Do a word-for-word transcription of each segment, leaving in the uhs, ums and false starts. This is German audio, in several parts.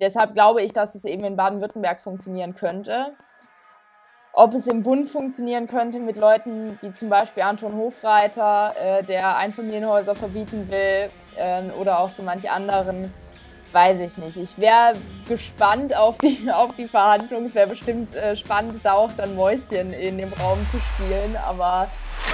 deshalb glaube ich, dass es eben in Baden-Württemberg funktionieren könnte. Ob es im Bund funktionieren könnte mit Leuten wie zum Beispiel Anton Hofreiter, äh, der Einfamilienhäuser verbieten will, äh, oder auch so manch anderen, weiß ich nicht. Ich wäre gespannt auf die, auf die Verhandlungen. Es wäre bestimmt äh, spannend, da auch dann Mäuschen in dem Raum zu spielen, aber...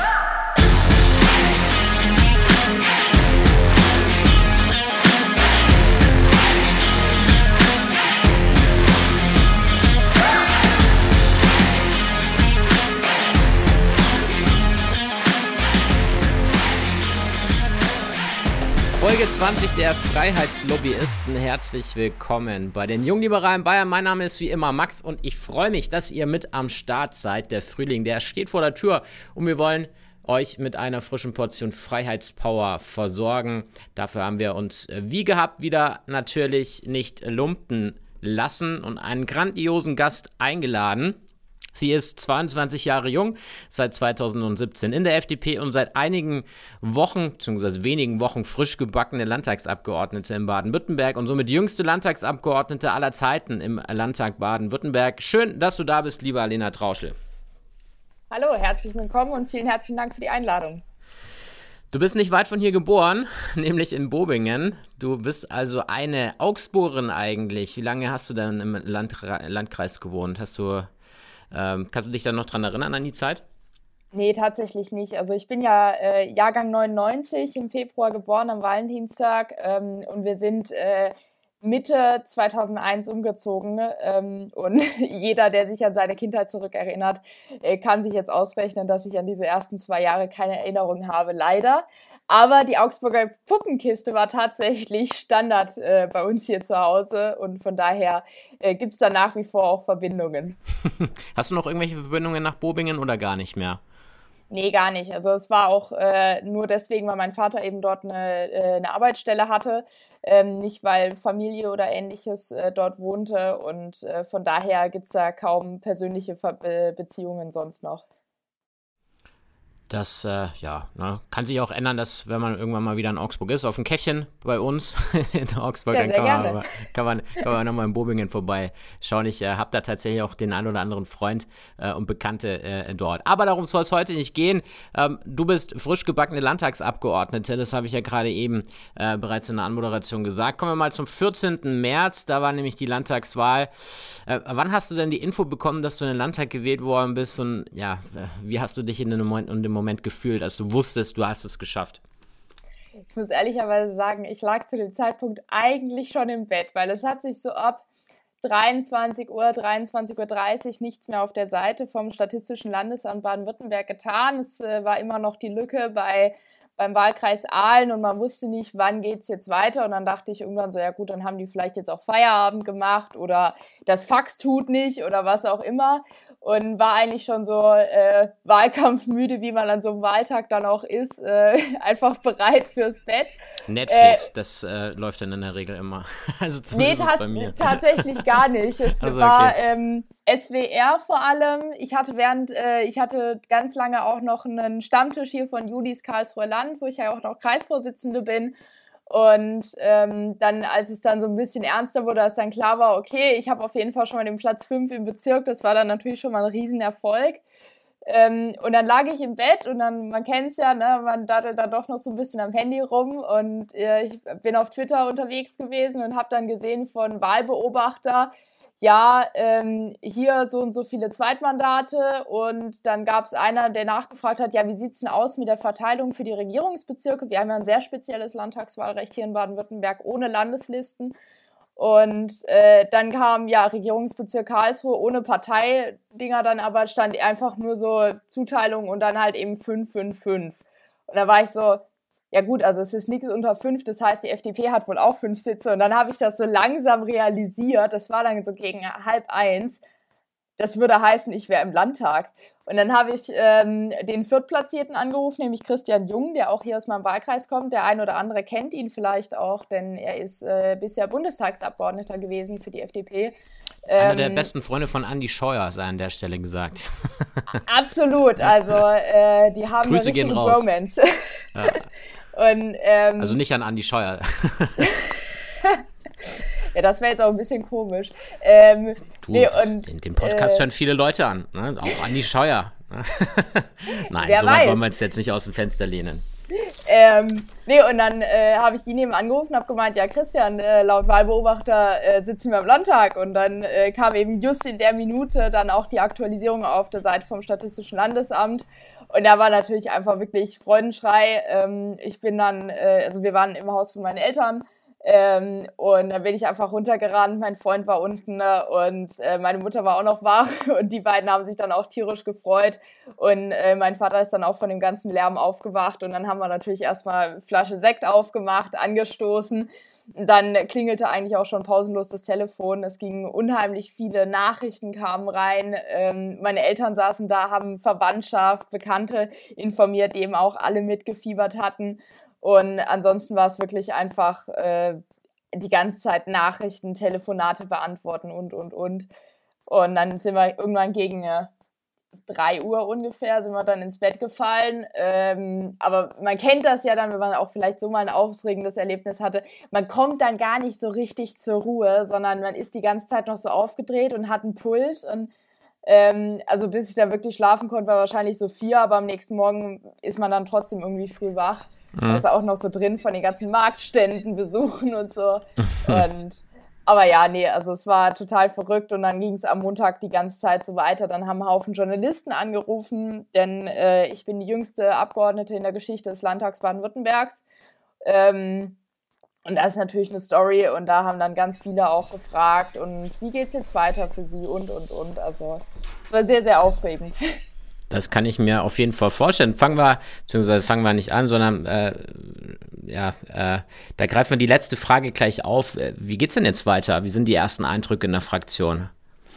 Folge zwanzig der Freiheitslobbyisten. Herzlich willkommen bei den Jungliberalen Bayern. Mein Name ist wie immer Max und ich freue mich, dass ihr mit am Start seid. Der Frühling, der steht vor der Tür und wir wollen euch mit einer frischen Portion Freiheitspower versorgen. Dafür haben wir uns wie gehabt wieder natürlich nicht lumpen lassen und einen grandiosen Gast eingeladen. Sie ist zweiundzwanzig Jahre jung, seit zweitausendsiebzehn in der F D P und seit einigen Wochen, beziehungsweise wenigen Wochen frisch gebackene Landtagsabgeordnete in Baden-Württemberg und somit jüngste Landtagsabgeordnete aller Zeiten im Landtag Baden-Württemberg. Schön, dass du da bist, liebe Alena Trauschel. Hallo, herzlich willkommen und vielen herzlichen Dank für die Einladung. Du bist nicht weit von hier geboren, nämlich in Bobingen. Du bist also eine Augsburgerin eigentlich. Wie lange hast du denn im Landra- Landkreis gewohnt? Hast du... Ähm, kannst du dich da noch dran erinnern an die Zeit? Nee, tatsächlich nicht. Also ich bin ja äh, Jahrgang neunundneunzig, im Februar geboren, am Valentinstag, ähm, und wir sind äh, Mitte zweitausendeins umgezogen, ähm, und jeder, der sich an seine Kindheit zurückerinnert, äh, kann sich jetzt ausrechnen, dass ich an diese ersten zwei Jahre keine Erinnerung habe, leider. Aber die Augsburger Puppenkiste war tatsächlich Standard äh, bei uns hier zu Hause und von daher äh, gibt es da nach wie vor auch Verbindungen. Hast du noch irgendwelche Verbindungen nach Bobingen oder gar nicht mehr? Nee, gar nicht. Also es war auch äh, nur deswegen, weil mein Vater eben dort eine, äh, eine Arbeitsstelle hatte, ähm, nicht weil Familie oder Ähnliches äh, dort wohnte und äh, von daher gibt es da kaum persönliche Ver- Be- Beziehungen sonst noch. Das, äh, ja, ne, kann sich auch ändern, dass, wenn man irgendwann mal wieder in Augsburg ist, auf dem Käffchen bei uns in Augsburg, ja, dann kann man, aber, kann man kann man nochmal in Bobingen vorbeischauen. Ich äh, habe da tatsächlich auch den einen oder anderen Freund äh, und Bekannte äh, dort. Aber darum soll es heute nicht gehen. Ähm, du bist frisch gebackene Landtagsabgeordnete, das habe ich ja gerade eben äh, bereits in der Anmoderation gesagt. Kommen wir mal zum vierzehnten März, da war nämlich die Landtagswahl. Äh, wann hast du denn die Info bekommen, dass du in den Landtag gewählt worden bist und ja, wie hast du dich in dem Moment, in dem Moment gefühlt, als du wusstest, du hast es geschafft? Ich muss ehrlicherweise sagen, ich lag zu dem Zeitpunkt eigentlich schon im Bett, weil es hat sich so ab dreiundzwanzig Uhr, dreiundzwanzig Uhr dreißig nichts mehr auf der Seite vom Statistischen Landesamt Baden-Württemberg getan. Es äh, war immer noch die Lücke bei beim Wahlkreis Aalen und man wusste nicht, wann geht's jetzt weiter und dann dachte ich irgendwann so, ja gut, dann haben die vielleicht jetzt auch Feierabend gemacht oder das Fax tut nicht oder was auch immer und war eigentlich schon so äh, wahlkampfmüde, wie man an so einem Wahltag dann auch ist, äh, einfach bereit fürs Bett. Netflix, äh, das äh, läuft dann in der Regel immer. Also nee, zumindest tats- bei mir. tatsächlich gar nicht. Es also, war okay. ähm, S W R vor allem. Ich hatte während, äh, ich hatte ganz lange auch noch einen Stammtisch hier von Judis Karlsruher Land, wo ich ja auch noch Kreisvorsitzende bin. Und ähm, dann, als es dann so ein bisschen ernster wurde, als dann klar war, okay, ich habe auf jeden Fall schon mal den Platz fünf im Bezirk, das war dann natürlich schon mal ein Riesenerfolg. Ähm, und dann lag ich im Bett und dann, man kennt es ja, ne, man daddelt dann doch noch so ein bisschen am Handy rum und äh, ich bin auf Twitter unterwegs gewesen und habe dann gesehen von Wahlbeobachter, ja, ähm, hier so und so viele Zweitmandate und dann gab es einer, der nachgefragt hat, ja, wie sieht's denn aus mit der Verteilung für die Regierungsbezirke? Wir haben ja ein sehr spezielles Landtagswahlrecht hier in Baden-Württemberg ohne Landeslisten. Und äh, dann kam ja Regierungsbezirk Karlsruhe ohne Parteidinger, dann aber stand einfach nur so Zuteilung und dann halt eben fünf, fünf, fünf. Und da war ich so, ja gut, also es ist nichts unter fünf, das heißt, die F D P hat wohl auch fünf Sitze. Und dann habe ich das so langsam realisiert, das war dann so gegen halb eins, das würde heißen, ich wäre im Landtag. Und dann habe ich ähm, den Viertplatzierten angerufen, nämlich Christian Jung, der auch hier aus meinem Wahlkreis kommt. Der ein oder andere kennt ihn vielleicht auch, denn er ist äh, bisher Bundestagsabgeordneter gewesen für die F D P. Einer Ähm, der besten Freunde von Andi Scheuer, sei an der Stelle gesagt. Absolut, also äh, die haben Grüße eine gehen richtige raus. Bromance. Ja. Und, ähm, Also nicht an Andi Scheuer. Ja, das wäre jetzt auch ein bisschen komisch. Ähm, du, nee, und, den, den Podcast äh, hören viele Leute an, ne? Auch Andi Scheuer. Nein, wer so weit weiß. wollen wir uns jetzt nicht aus dem Fenster lehnen. Ähm, nee, und dann äh, habe ich ihn eben angerufen und habe gemeint, ja Christian, äh, laut Wahlbeobachter äh, sitzen wir im Landtag. Und dann äh, kam eben just in der Minute dann auch die Aktualisierung auf der Seite vom Statistischen Landesamt. Und da war natürlich einfach wirklich Freudenschrei. Ähm, ich bin dann, äh, also wir waren im Haus von meinen Eltern. Ähm, und dann bin ich einfach runtergerannt, mein Freund war unten, ne, und äh, meine Mutter war auch noch wach und die beiden haben sich dann auch tierisch gefreut und äh, mein Vater ist dann auch von dem ganzen Lärm aufgewacht und dann haben wir natürlich erstmal eine Flasche Sekt aufgemacht, angestoßen. Und dann klingelte eigentlich auch schon pausenlos das Telefon, es gingen unheimlich viele Nachrichten, kamen rein, ähm, meine Eltern saßen da, haben Verwandtschaft, Bekannte informiert, die eben auch alle mitgefiebert hatten. Und ansonsten war es wirklich einfach äh, die ganze Zeit Nachrichten, Telefonate beantworten und, und, und. Und dann sind wir irgendwann gegen äh, drei Uhr ungefähr, sind wir dann ins Bett gefallen. Ähm, aber man kennt das ja dann, wenn man auch vielleicht so mal ein aufregendes Erlebnis hatte. Man kommt dann gar nicht so richtig zur Ruhe, sondern man ist die ganze Zeit noch so aufgedreht und hat einen Puls. Und ähm, also bis ich da wirklich schlafen konnte, war wahrscheinlich so vier, aber am nächsten Morgen ist man dann trotzdem irgendwie früh wach. Mhm. Da ist auch noch so drin von den ganzen Marktständen besuchen und so. und Aber ja, nee, also es war total verrückt und dann ging es am Montag die ganze Zeit so weiter. Dann haben ein Haufen Journalisten angerufen, denn äh, ich bin die jüngste Abgeordnete in der Geschichte des Landtags Baden-Württembergs. Ähm, und das ist natürlich eine Story und da haben dann ganz viele auch gefragt und wie geht's jetzt weiter für Sie und, und, und. Also es war sehr, sehr aufregend. Das kann ich mir auf jeden Fall vorstellen. Fangen wir, beziehungsweise fangen wir nicht an, sondern äh, ja, äh, da greifen wir die letzte Frage gleich auf. Wie geht's denn jetzt weiter? Wie sind die ersten Eindrücke in der Fraktion?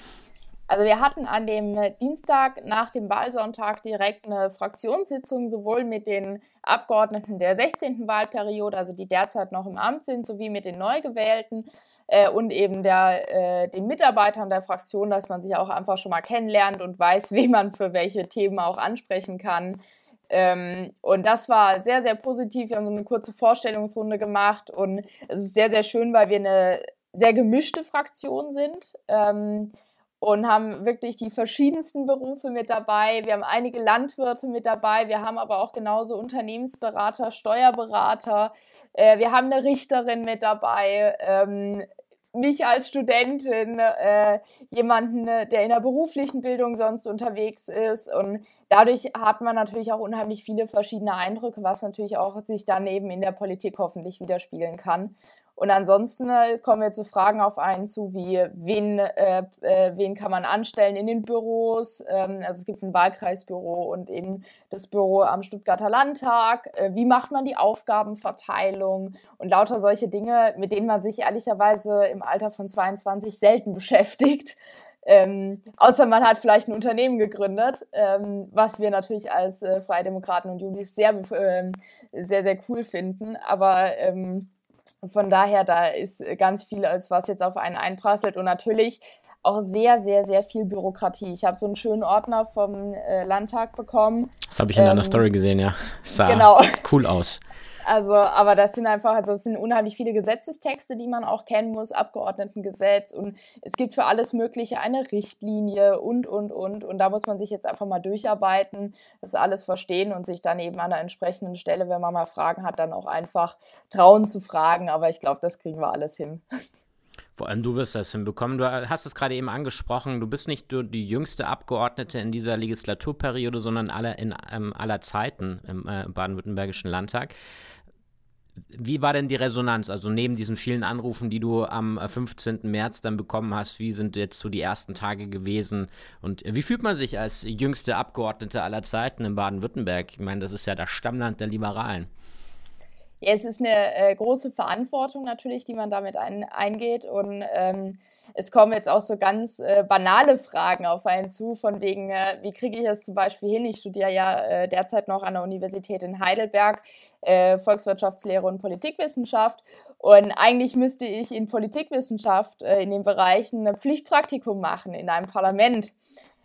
Also wir hatten an dem Dienstag nach dem Wahlsonntag direkt eine Fraktionssitzung, sowohl mit den Abgeordneten der sechzehnten Wahlperiode, also die derzeit noch im Amt sind, sowie mit den Neugewählten. Und eben der, äh, den Mitarbeitern der Fraktion, dass man sich auch einfach schon mal kennenlernt und weiß, wen man für welche Themen auch ansprechen kann. Ähm, und das war sehr, sehr positiv. Wir haben so eine kurze Vorstellungsrunde gemacht und es ist sehr, sehr schön, weil wir eine sehr gemischte Fraktion sind ähm, und haben wirklich die verschiedensten Berufe mit dabei. Wir haben einige Landwirte mit dabei, wir haben aber auch genauso Unternehmensberater, Steuerberater, äh, wir haben eine Richterin mit dabei, ähm, mich als Studentin, äh, jemanden, der in der beruflichen Bildung sonst unterwegs ist und dadurch hat man natürlich auch unheimlich viele verschiedene Eindrücke, was natürlich auch sich dann eben in der Politik hoffentlich widerspiegeln kann. Und ansonsten äh, kommen wir zu Fragen auf einen zu, wie wen, äh, äh, wen kann man anstellen in den Büros, ähm, also es gibt ein Wahlkreisbüro und eben das Büro am Stuttgarter Landtag, äh, wie macht man die Aufgabenverteilung und lauter solche Dinge, mit denen man sich ehrlicherweise im Alter von zweiundzwanzig selten beschäftigt. Ähm, außer man hat vielleicht ein Unternehmen gegründet, ähm, was wir natürlich als äh, Freie Demokraten und Julis sehr, äh, sehr, sehr cool finden, aber ähm, von daher, da ist ganz viel, was jetzt auf einen einprasselt und natürlich auch sehr, sehr, sehr viel Bürokratie. Ich habe so einen schönen Ordner vom äh, Landtag bekommen. Das habe ich in ähm, deiner Story gesehen, ja. Sah genau. cool aus. Also, aber das sind einfach, also es sind unheimlich viele Gesetzestexte, die man auch kennen muss, Abgeordnetengesetz und es gibt für alles Mögliche eine Richtlinie und, und, und und da muss man sich jetzt einfach mal durcharbeiten, das alles verstehen und sich dann eben an der entsprechenden Stelle, wenn man mal Fragen hat, dann auch einfach trauen zu fragen, aber ich glaube, das kriegen wir alles hin. Vor allem du wirst das hinbekommen. Du hast es gerade eben angesprochen, du bist nicht nur die jüngste Abgeordnete in dieser Legislaturperiode, sondern alle in ähm, aller Zeiten im äh, baden-württembergischen Landtag. Wie war denn die Resonanz? Also neben diesen vielen Anrufen, die du am fünfzehnten März dann bekommen hast, wie sind jetzt so die ersten Tage gewesen? Und wie fühlt man sich als jüngste Abgeordnete aller Zeiten in Baden-Württemberg? Ich meine, das ist ja das Stammland der Liberalen. Ja, es ist eine äh, große Verantwortung natürlich, die man damit ein, eingeht und ähm, es kommen jetzt auch so ganz äh, banale Fragen auf einen zu, von wegen, äh, wie kriege ich es zum Beispiel hin? Ich studiere ja äh, derzeit noch an der Universität in Heidelberg, äh, Volkswirtschaftslehre und Politikwissenschaft und eigentlich müsste ich in Politikwissenschaft äh, in den Bereichen ein Pflichtpraktikum machen in einem Parlament.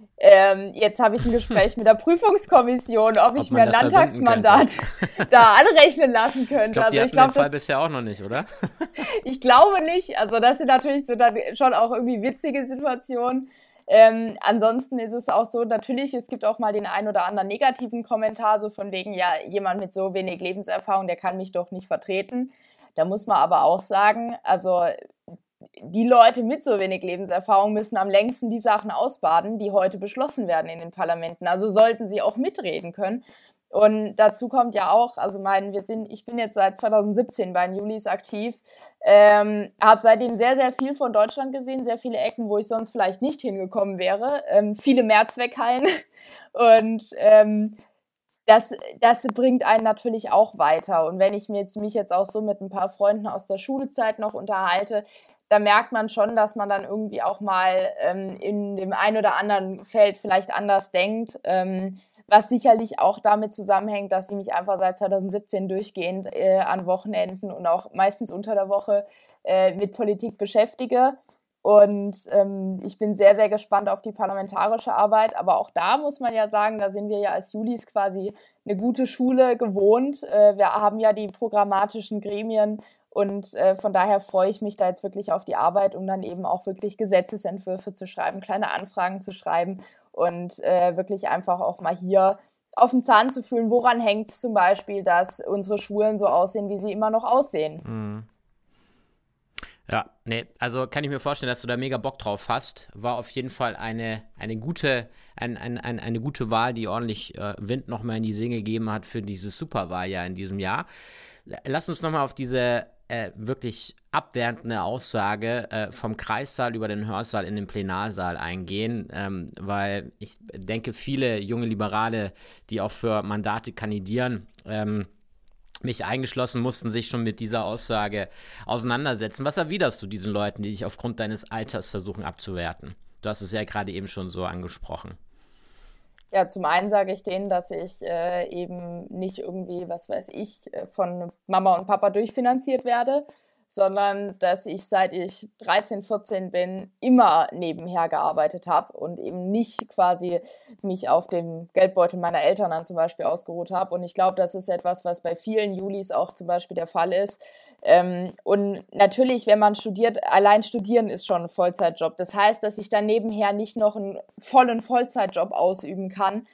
Ähm, jetzt habe ich ein Gespräch mit der Prüfungskommission, ob, ob ich mir ein Landtagsmandat da anrechnen lassen könnte. Ich glaube, die also, hatten ich glaub, den Fall das, bisher auch noch nicht, oder? Ich glaube nicht. Also das sind natürlich so dann schon auch irgendwie witzige Situationen. Ähm, ansonsten ist es auch so, natürlich, es gibt auch mal den ein oder anderen negativen Kommentar, so von wegen, ja, jemand mit so wenig Lebenserfahrung, der kann mich doch nicht vertreten. Da muss man aber auch sagen, also die Leute mit so wenig Lebenserfahrung müssen am längsten die Sachen ausbaden, die heute beschlossen werden in den Parlamenten. Also sollten sie auch mitreden können. Und dazu kommt ja auch, also mein, wir sind, ich bin jetzt seit zwanzig siebzehn bei den Julis aktiv, ähm, habe seitdem sehr, sehr viel von Deutschland gesehen, sehr viele Ecken, wo ich sonst vielleicht nicht hingekommen wäre, ähm, viele Mehrzweckhallen und ähm, das, das bringt einen natürlich auch weiter. Und wenn ich mir jetzt, mich jetzt auch so mit ein paar Freunden aus der Schulzeit noch unterhalte, da merkt man schon, dass man dann irgendwie auch mal ähm, in dem einen oder anderen Feld vielleicht anders denkt, ähm, was sicherlich auch damit zusammenhängt, dass ich mich einfach seit zwanzig siebzehn durchgehend äh, an Wochenenden und auch meistens unter der Woche äh, mit Politik beschäftige. Und ähm, ich bin sehr, sehr gespannt auf die parlamentarische Arbeit. Aber auch da muss man ja sagen, da sind wir ja als Julis quasi eine gute Schule gewohnt. Äh, wir haben ja die programmatischen Gremien und äh, von daher freue ich mich da jetzt wirklich auf die Arbeit, um dann eben auch wirklich Gesetzesentwürfe zu schreiben, kleine Anfragen zu schreiben und äh, wirklich einfach auch mal hier auf den Zahn zu fühlen, woran hängt es zum Beispiel, dass unsere Schulen so aussehen, wie sie immer noch aussehen. Mhm. Ja, nee, also kann ich mir vorstellen, dass du da mega Bock drauf hast. War auf jeden Fall eine, eine, gute, ein, ein, ein, eine gute Wahl, die ordentlich äh, Wind nochmal in die Segel gegeben hat für dieses Superwahljahr in diesem Jahr. Lass uns nochmal auf diese äh, wirklich abwertende Aussage äh, vom Kreissaal über den Hörsaal in den Plenarsaal eingehen, ähm, weil ich denke, viele junge Liberale, die auch für Mandate kandidieren, ähm, mich eingeschlossen, mussten sich schon mit dieser Aussage auseinandersetzen. Was erwiderst du diesen Leuten, die dich aufgrund deines Alters versuchen abzuwerten? Du hast es ja gerade eben schon so angesprochen. Ja, zum einen sage ich denen, dass ich äh, eben nicht irgendwie, was weiß ich, von Mama und Papa durchfinanziert werde, sondern dass ich, seit ich dreizehn, vierzehn bin, immer nebenher gearbeitet habe und eben nicht quasi mich auf dem Geldbeutel meiner Eltern dann zum Beispiel ausgeruht habe. Und ich glaube, das ist etwas, was bei vielen Julis auch zum Beispiel der Fall ist. Ähm, und natürlich, wenn man studiert, allein studieren ist schon ein Vollzeitjob. Das heißt, dass ich dann nebenher nicht noch einen vollen Vollzeitjob ausüben kann,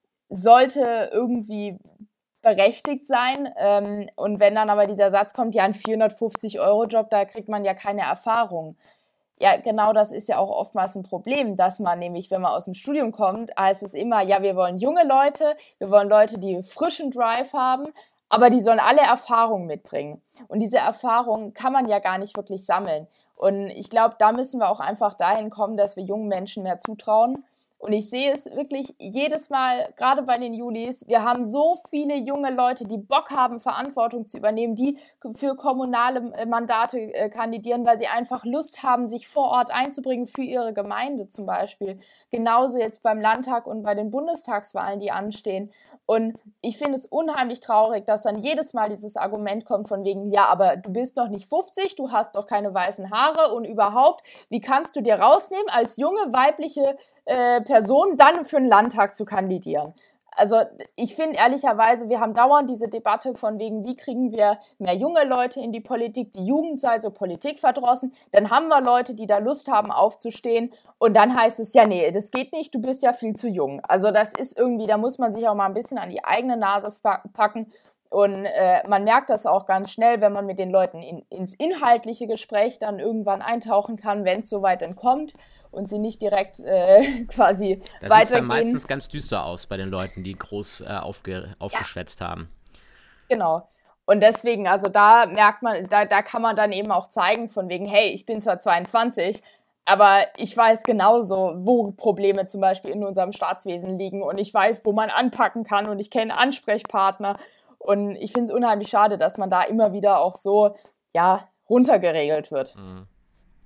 sollte irgendwie berechtigt sein. Ähm, und wenn dann aber dieser Satz kommt, ja, ein vierhundertfünfzig-Euro-Job, da kriegt man ja keine Erfahrung. Ja, genau, das ist ja auch oftmals ein Problem, dass man nämlich, wenn man aus dem Studium kommt, heißt es immer, ja, wir wollen junge Leute, wir wollen Leute, die frischen Drive haben, aber die sollen alle Erfahrung mitbringen. Und diese Erfahrung kann man ja gar nicht wirklich sammeln. Und ich glaube, da müssen wir auch einfach dahin kommen, dass wir jungen Menschen mehr zutrauen. Und ich sehe es wirklich jedes Mal, gerade bei den Julis, wir haben so viele junge Leute, die Bock haben, Verantwortung zu übernehmen, die für kommunale Mandate äh, kandidieren, weil sie einfach Lust haben, sich vor Ort einzubringen für ihre Gemeinde zum Beispiel. Genauso jetzt beim Landtag und bei den Bundestagswahlen, die anstehen. Und ich finde es unheimlich traurig, dass dann jedes Mal dieses Argument kommt von wegen, ja, aber du bist noch nicht fünfzig, du hast doch keine weißen Haare und überhaupt, wie kannst du dir rausnehmen, als junge weibliche äh, Person dann für einen Landtag zu kandidieren? Also ich finde ehrlicherweise, wir haben dauernd diese Debatte von wegen, wie kriegen wir mehr junge Leute in die Politik, die Jugend sei so politikverdrossen, dann haben wir Leute, die da Lust haben aufzustehen und dann heißt es, ja nee, das geht nicht, du bist ja viel zu jung. Also das ist irgendwie, da muss man sich auch mal ein bisschen an die eigene Nase packen und äh, man merkt das auch ganz schnell, wenn man mit den Leuten in, ins inhaltliche Gespräch dann irgendwann eintauchen kann, wenn es soweit dann kommt. Und sie nicht direkt äh, quasi da weitergehen. Da sieht es dann meistens ganz düster aus bei den Leuten, die groß äh, aufge, aufgeschwätzt ja. haben. Genau. Und deswegen, also da merkt man, da, da kann man dann eben auch zeigen von wegen, hey, ich bin zwar zweiundzwanzig, aber ich weiß genauso, wo Probleme zum Beispiel in unserem Staatswesen liegen und ich weiß, wo man anpacken kann und ich kenne Ansprechpartner und ich finde es unheimlich schade, dass man da immer wieder auch so, ja, runtergeregelt wird. Mhm.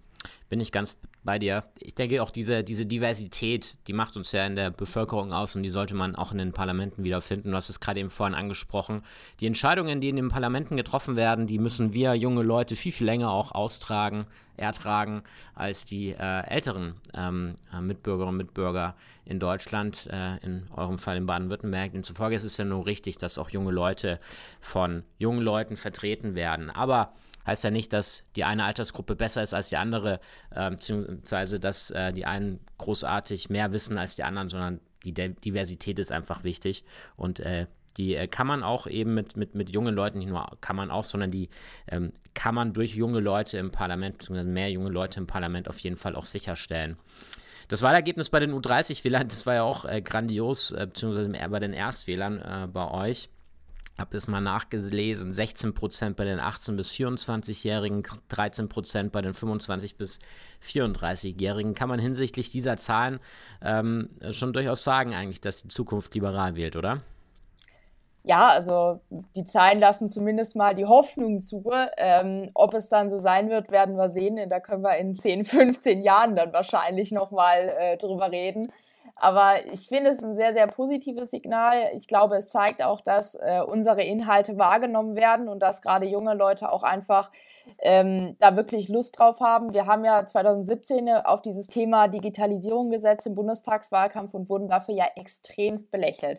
Bin ich ganz bei dir. Ich denke auch diese, diese Diversität, die macht uns ja in der Bevölkerung aus und die sollte man auch in den Parlamenten wiederfinden. Du hast es gerade eben vorhin angesprochen. Die Entscheidungen, die in den Parlamenten getroffen werden, die müssen wir junge Leute viel, viel länger auch austragen, ertragen, als die äh, älteren ähm, Mitbürgerinnen und Mitbürger in Deutschland, äh, in eurem Fall in Baden-Württemberg. Demzufolge ist es ja nur richtig, dass auch junge Leute von jungen Leuten vertreten werden. Aber heißt ja nicht, dass die eine Altersgruppe besser ist als die andere, äh, beziehungsweise dass äh, die einen großartig mehr wissen als die anderen, sondern die De- Diversität ist einfach wichtig und äh, die äh, kann man auch eben mit, mit, mit jungen Leuten, nicht nur kann man auch, sondern die ähm, kann man durch junge Leute im Parlament, beziehungsweise mehr junge Leute im Parlament auf jeden Fall auch sicherstellen. Das Wahlergebnis bei den U dreißig-Wählern, das war ja auch äh, grandios, äh, beziehungsweise bei den Erstwählern äh, bei euch. Hab das mal nachgelesen, sechzehn Prozent bei den achtzehn- bis vierundzwanzig-Jährigen, dreizehn Prozent bei den fünfundzwanzig- bis vierunddreißig-Jährigen. Kann man hinsichtlich dieser Zahlen ähm, schon durchaus sagen eigentlich, dass die Zukunft liberal wählt, oder? Ja, also die Zahlen lassen zumindest mal die Hoffnung zu. Ähm, ob es dann so sein wird, werden wir sehen. Da können wir in zehn, fünfzehn Jahren dann wahrscheinlich nochmal äh, drüber reden. Aber ich finde es ein sehr, sehr positives Signal. Ich glaube, es zeigt auch, dass äh, unsere Inhalte wahrgenommen werden und dass gerade junge Leute auch einfach ähm, da wirklich Lust drauf haben. Wir haben ja zwanzig siebzehn auf dieses Thema Digitalisierung gesetzt im Bundestagswahlkampf und wurden dafür ja extremst belächelt.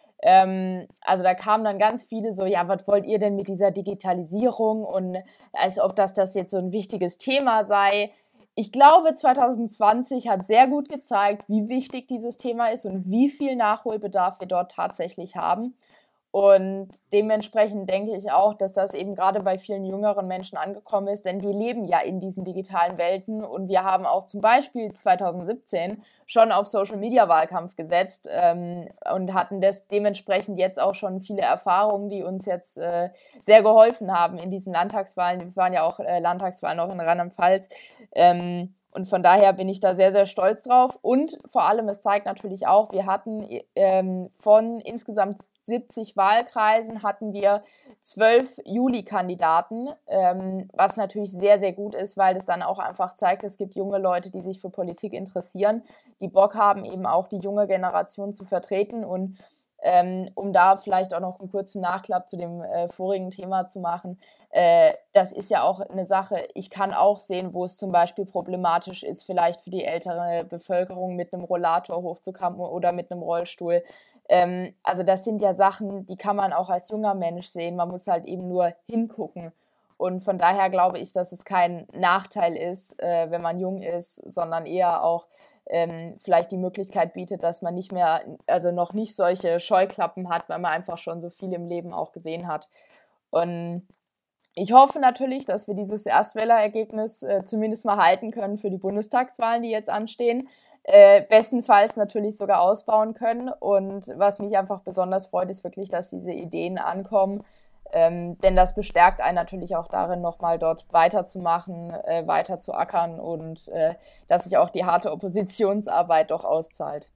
Ähm, also da kamen dann ganz viele so, ja, was wollt ihr denn mit dieser Digitalisierung und als ob das das jetzt so ein wichtiges Thema sei. Ich glaube, zwanzig zwanzig hat sehr gut gezeigt, wie wichtig dieses Thema ist und wie viel Nachholbedarf wir dort tatsächlich haben. Und dementsprechend denke ich auch, dass das eben gerade bei vielen jüngeren Menschen angekommen ist, denn die leben ja in diesen digitalen Welten und wir haben auch zum Beispiel zwanzig siebzehn schon auf Social-Media-Wahlkampf gesetzt ähm, und hatten das dementsprechend jetzt auch schon viele Erfahrungen, die uns jetzt äh, sehr geholfen haben in diesen Landtagswahlen. Wir waren ja auch äh, Landtagswahlen noch in Rheinland-Pfalz. Ähm, Und von daher bin ich da sehr, sehr stolz drauf. Und vor allem, es zeigt natürlich auch, wir hatten ähm, von insgesamt siebzig Wahlkreisen hatten wir zwölf Juli-Kandidaten, ähm, was natürlich sehr, sehr gut ist, weil das dann auch einfach zeigt, es gibt junge Leute, die sich für Politik interessieren, die Bock haben, eben auch die junge Generation zu vertreten. Und ähm, um da vielleicht auch noch einen kurzen Nachklapp zu dem äh, vorigen Thema zu machen, äh, das ist ja auch eine Sache, ich kann auch sehen, wo es zum Beispiel problematisch ist, vielleicht für die ältere Bevölkerung mit einem Rollator hochzukommen oder mit einem Rollstuhl. Ähm, also das sind ja Sachen, die kann man auch als junger Mensch sehen, man muss halt eben nur hingucken. Und von daher glaube ich, dass es kein Nachteil ist, äh, wenn man jung ist, sondern eher auch ähm, vielleicht die Möglichkeit bietet, dass man nicht mehr, also noch nicht solche Scheuklappen hat, weil man einfach schon so viel im Leben auch gesehen hat. Und ich hoffe natürlich, dass wir dieses Erstwählerergebnis äh, zumindest mal halten können für die Bundestagswahlen, die jetzt anstehen. Äh, bestenfalls natürlich sogar ausbauen können. Und was mich einfach besonders freut, ist wirklich, dass diese Ideen ankommen. Ähm, denn das bestärkt einen natürlich auch darin, nochmal dort weiterzumachen, äh, weiter zu ackern und äh, dass sich auch die harte Oppositionsarbeit doch auszahlt.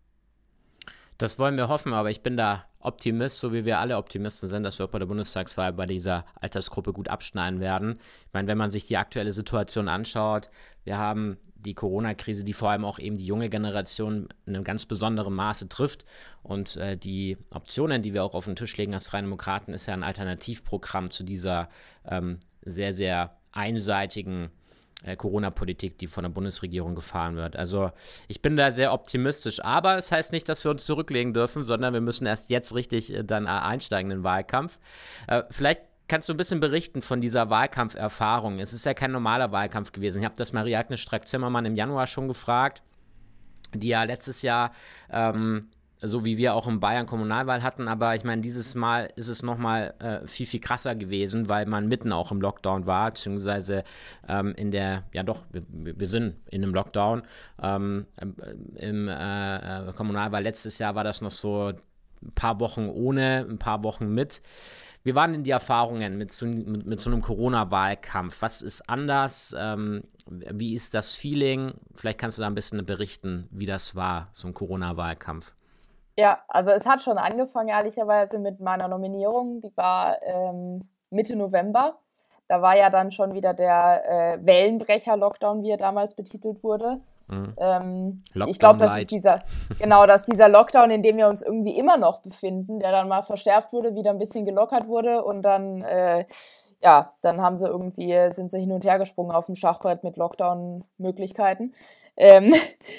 Das wollen wir hoffen, aber ich bin da Optimist, so wie wir alle Optimisten sind, dass wir auch bei der Bundestagswahl bei dieser Altersgruppe gut abschneiden werden. Ich meine, wenn man sich die aktuelle Situation anschaut, wir haben die Corona-Krise, die vor allem auch eben die junge Generation in einem ganz besonderen Maße trifft. Und äh, die Optionen, die wir auch auf den Tisch legen als Freie Demokraten, ist ja ein Alternativprogramm zu dieser ähm, sehr, sehr einseitigen äh, Corona-Politik, die von der Bundesregierung gefahren wird. Also ich bin da sehr optimistisch, aber es heißt nicht, dass wir uns zurücklegen dürfen, sondern wir müssen erst jetzt richtig äh, dann einsteigen in den Wahlkampf. Äh, vielleicht Kannst du ein bisschen berichten von dieser Wahlkampferfahrung? Es ist ja kein normaler Wahlkampf gewesen. Ich habe das Marie-Agnes Strack-Zimmermann im Januar schon gefragt, die ja letztes Jahr, ähm, so wie wir auch in Bayern Kommunalwahl hatten, aber ich meine, dieses Mal ist es nochmal äh, viel, viel krasser gewesen, weil man mitten auch im Lockdown war, beziehungsweise ähm, in der, ja doch, wir, wir sind in einem Lockdown. Ähm, Im äh, Kommunalwahl letztes Jahr war das noch so ein paar Wochen ohne, ein paar Wochen mit. Wie waren denn die Erfahrungen mit so, mit, mit so einem Corona-Wahlkampf? Was ist anders? Ähm, wie ist das Feeling? Vielleicht kannst du da ein bisschen berichten, wie das war, so ein Corona-Wahlkampf. Ja, also es hat schon angefangen, ehrlicherweise, mit meiner Nominierung. Die war ähm, Mitte November. Da war ja dann schon wieder der äh, Wellenbrecher-Lockdown, wie er damals betitelt wurde. Mhm. Ähm, ich glaube, das ist dieser, genau, dass dieser Lockdown, in dem wir uns irgendwie immer noch befinden, der dann mal verschärft wurde, wieder ein bisschen gelockert wurde und dann, äh, ja, dann haben sie irgendwie, sind sie hin und her gesprungen auf dem Schachbrett mit Lockdown-Möglichkeiten. Ähm,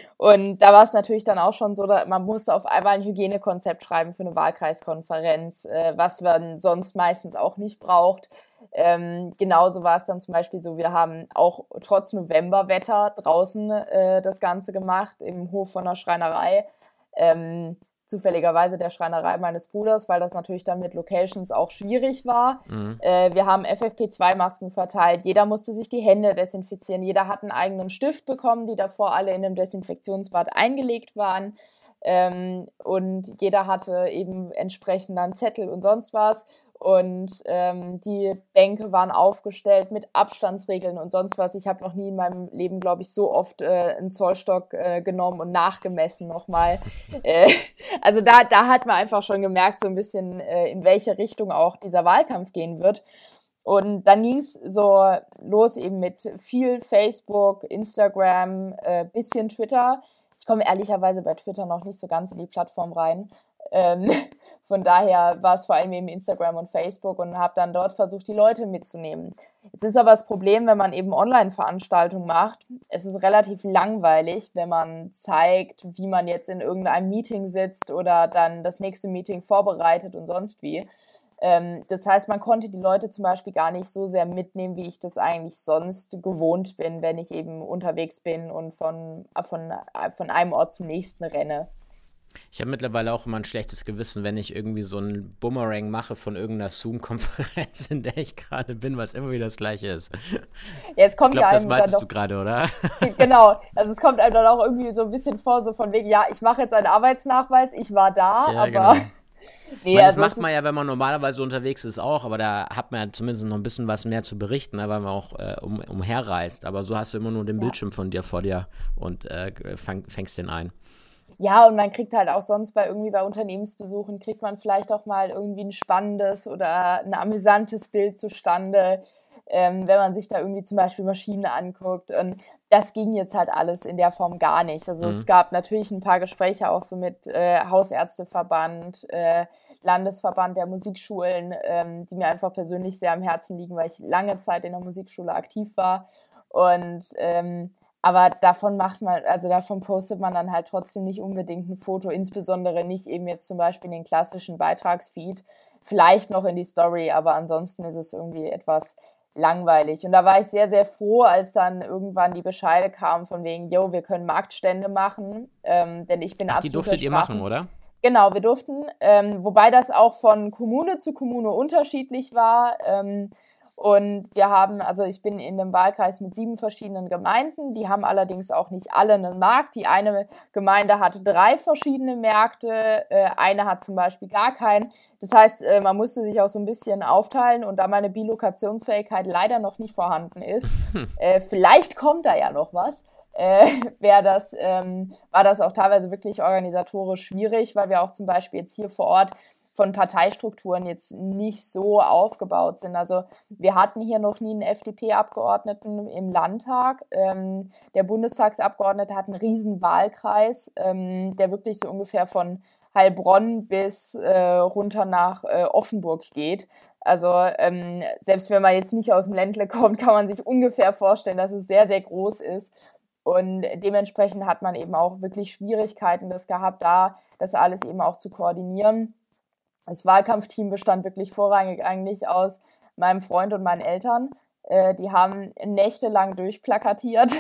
und da war es natürlich dann auch schon so, dass man musste auf einmal ein Hygienekonzept schreiben für eine Wahlkreiskonferenz, äh, was man sonst meistens auch nicht braucht. Ähm, genauso war es dann zum Beispiel so, wir haben auch trotz Novemberwetter draußen äh, das Ganze gemacht, im Hof von der Schreinerei, ähm, zufälligerweise der Schreinerei meines Bruders, weil das natürlich dann mit Locations auch schwierig war. Mhm. Äh, wir haben F F P zwei Masken verteilt, jeder musste sich die Hände desinfizieren, jeder hat einen eigenen Stift bekommen, die davor alle in einem Desinfektionsbad eingelegt waren. Ähm, und jeder hatte eben entsprechend dann Zettel und sonst was. Und ähm, die Bänke waren aufgestellt mit Abstandsregeln und sonst was. Ich habe noch nie in meinem Leben, glaube ich, so oft äh, einen Zollstock äh, genommen und nachgemessen nochmal. äh, also da, da hat man einfach schon gemerkt, so ein bisschen, äh, in welche Richtung auch dieser Wahlkampf gehen wird. Und dann ging es so los eben mit viel Facebook, Instagram, äh, bisschen Twitter. Ich komme ehrlicherweise bei Twitter noch nicht so ganz in die Plattform rein. Ähm, von daher war es vor allem eben Instagram und Facebook und habe dann dort versucht, die Leute mitzunehmen. Jetzt ist aber das Problem, wenn man eben Online-Veranstaltungen macht, es ist relativ langweilig, wenn man zeigt, wie man jetzt in irgendeinem Meeting sitzt oder dann das nächste Meeting vorbereitet und sonst wie. Ähm, das heißt, man konnte die Leute zum Beispiel gar nicht so sehr mitnehmen, wie ich das eigentlich sonst gewohnt bin, wenn ich eben unterwegs bin und von, von, von einem Ort zum nächsten renne. Ich habe mittlerweile auch immer ein schlechtes Gewissen, wenn ich irgendwie so einen Boomerang mache von irgendeiner Zoom-Konferenz, in der ich gerade bin, was immer wieder das Gleiche ist. Ja, es kommt ich glaube, ja das meintest du gerade, oder? Genau, also es kommt einem dann auch irgendwie so ein bisschen vor, so von wegen, ja, ich mache jetzt einen Arbeitsnachweis, ich war da, ja, aber... Genau. Nee, meine, also das macht man ja, wenn man normalerweise unterwegs ist, auch, aber da hat man ja zumindest noch ein bisschen was mehr zu berichten, ne, weil man auch äh, um, umherreist. Aber so hast du immer nur den ja. Bildschirm von dir vor dir und äh, fang, fängst den ein. Ja, und man kriegt halt auch sonst bei irgendwie bei Unternehmensbesuchen, kriegt man vielleicht auch mal irgendwie ein spannendes oder ein amüsantes Bild zustande, ähm, wenn man sich da irgendwie zum Beispiel Maschinen anguckt. Und das ging jetzt halt alles in der Form gar nicht. Also mhm. es gab natürlich ein paar Gespräche auch so mit äh, Hausärzteverband, äh, Landesverband der Musikschulen, ähm, die mir einfach persönlich sehr am Herzen liegen, weil ich lange Zeit in der Musikschule aktiv war. Und ähm, aber davon macht man, also davon postet man dann halt trotzdem nicht unbedingt ein Foto, insbesondere nicht eben jetzt zum Beispiel in den klassischen Beitragsfeed, vielleicht noch in die Story, aber ansonsten ist es irgendwie etwas langweilig. Und da war ich sehr, sehr froh, als dann irgendwann die Bescheide kamen von wegen, yo, wir können Marktstände machen, ähm, denn ich bin Ach, absolut. Die durftet ihr machen, oder? Genau, wir durften, ähm, wobei das auch von Kommune zu Kommune unterschiedlich war. Ähm, Und wir haben, also ich bin in einem Wahlkreis mit sieben verschiedenen Gemeinden, die haben allerdings auch nicht alle einen Markt. Die eine Gemeinde hat drei verschiedene Märkte, äh, eine hat zum Beispiel gar keinen. Das heißt, äh, man musste sich auch so ein bisschen aufteilen und da meine Bilokationsfähigkeit leider noch nicht vorhanden ist, äh, vielleicht kommt da ja noch was, äh, wäre das, ähm, war das auch teilweise wirklich organisatorisch schwierig, weil wir auch zum Beispiel jetzt hier vor Ort von Parteistrukturen jetzt nicht so aufgebaut sind. Also wir hatten hier noch nie einen F D P-Abgeordneten im Landtag. Ähm, der Bundestagsabgeordnete hat einen riesen Wahlkreis, ähm, der wirklich so ungefähr von Heilbronn bis äh, runter nach äh, Offenburg geht. Also ähm, selbst wenn man jetzt nicht aus dem Ländle kommt, kann man sich ungefähr vorstellen, dass es sehr, sehr groß ist. Und dementsprechend hat man eben auch wirklich Schwierigkeiten das gehabt, da das alles eben auch zu koordinieren. Das Wahlkampfteam bestand wirklich vorrangig eigentlich aus meinem Freund und meinen Eltern. Äh, die haben nächtelang durchplakatiert.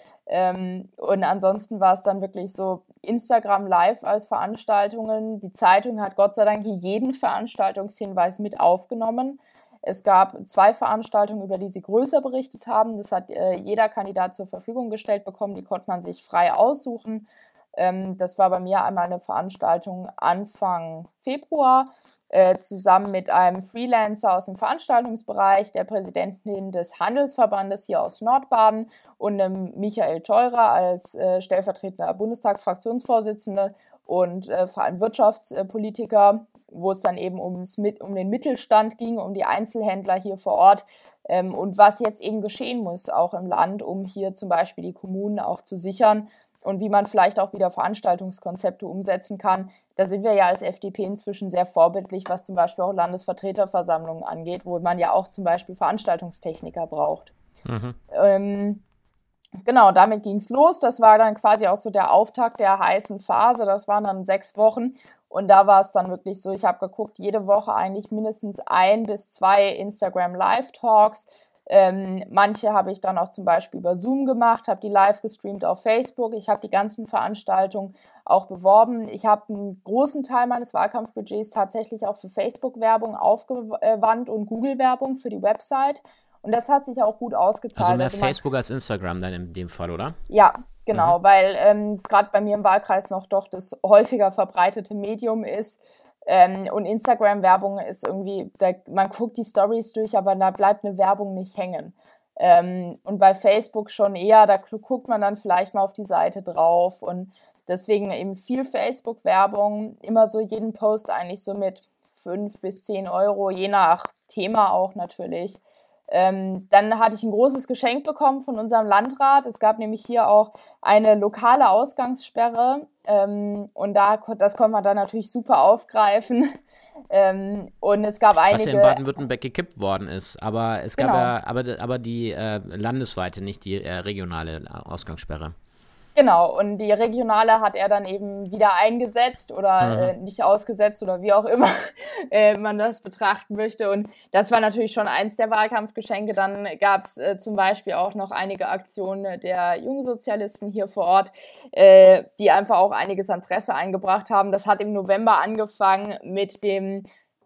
Ähm, und ansonsten war es dann wirklich so Instagram Live als Veranstaltungen. Die Zeitung hat Gott sei Dank jeden Veranstaltungshinweis mit aufgenommen. Es gab zwei Veranstaltungen, über die sie größer berichtet haben. Das hat äh, jeder Kandidat zur Verfügung gestellt bekommen. Die konnte man sich frei aussuchen. Ähm, das war bei mir einmal eine Veranstaltung Anfang Februar, äh, zusammen mit einem Freelancer aus dem Veranstaltungsbereich, der Präsidentin des Handelsverbandes hier aus Nordbaden und einem Michael Theurer als äh, stellvertretender Bundestagsfraktionsvorsitzender und äh, vor allem Wirtschaftspolitiker wo es dann eben ums, um den Mittelstand ging, um die Einzelhändler hier vor Ort ähm, und was jetzt eben geschehen muss, auch im Land, um hier zum Beispiel die Kommunen auch zu sichern und wie man vielleicht auch wieder Veranstaltungskonzepte umsetzen kann. Da sind wir ja als F D P inzwischen sehr vorbildlich, was zum Beispiel auch Landesvertreterversammlungen angeht, wo man ja auch zum Beispiel Veranstaltungstechniker braucht. Mhm. Ähm, genau, damit ging es los. Das war dann quasi auch so der Auftakt der heißen Phase. Das waren dann sechs Wochen. Und da war es dann wirklich so, ich habe geguckt, jede Woche eigentlich mindestens ein bis zwei Instagram-Live-Talks. Ähm, manche habe ich dann auch zum Beispiel über Zoom gemacht, habe die live gestreamt auf Facebook. Ich habe die ganzen Veranstaltungen auch beworben. Ich habe einen großen Teil meines Wahlkampfbudgets tatsächlich auch für Facebook-Werbung aufgewandt und Google-Werbung für die Website. Und das hat sich auch gut ausgezahlt. Also mehr also Facebook als Instagram dann in dem Fall, oder? Ja, genau, mhm. weil ähm, es gerade bei mir im Wahlkreis noch doch das häufiger verbreitete Medium ist. Ähm, und Instagram-Werbung ist irgendwie, da, man guckt die Stories durch, aber da bleibt eine Werbung nicht hängen. Ähm, und bei Facebook schon eher, da guckt man dann vielleicht mal auf die Seite drauf. Und deswegen eben viel Facebook-Werbung, immer so jeden Post eigentlich so mit fünf bis zehn Euro, je nach Thema auch natürlich. Ähm, dann hatte ich ein großes Geschenk bekommen von unserem Landrat. Es gab nämlich hier auch eine lokale Ausgangssperre ähm, und da, das konnte man dann natürlich super aufgreifen. Ähm, und es gab einige... Was ja in Baden-Württemberg gekippt worden ist, aber es gab genau. ja aber, aber die äh, landesweite, nicht die äh, regionale Ausgangssperre. Genau, und die regionale hat er dann eben wieder eingesetzt oder mhm. äh, nicht ausgesetzt oder wie auch immer äh, man das betrachten möchte. Und das war natürlich schon eins der Wahlkampfgeschenke. Dann gab es äh, zum Beispiel auch noch einige Aktionen der Jungsozialisten hier vor Ort, äh, die einfach auch einiges an Presse eingebracht haben. Das hat im November angefangen mit dem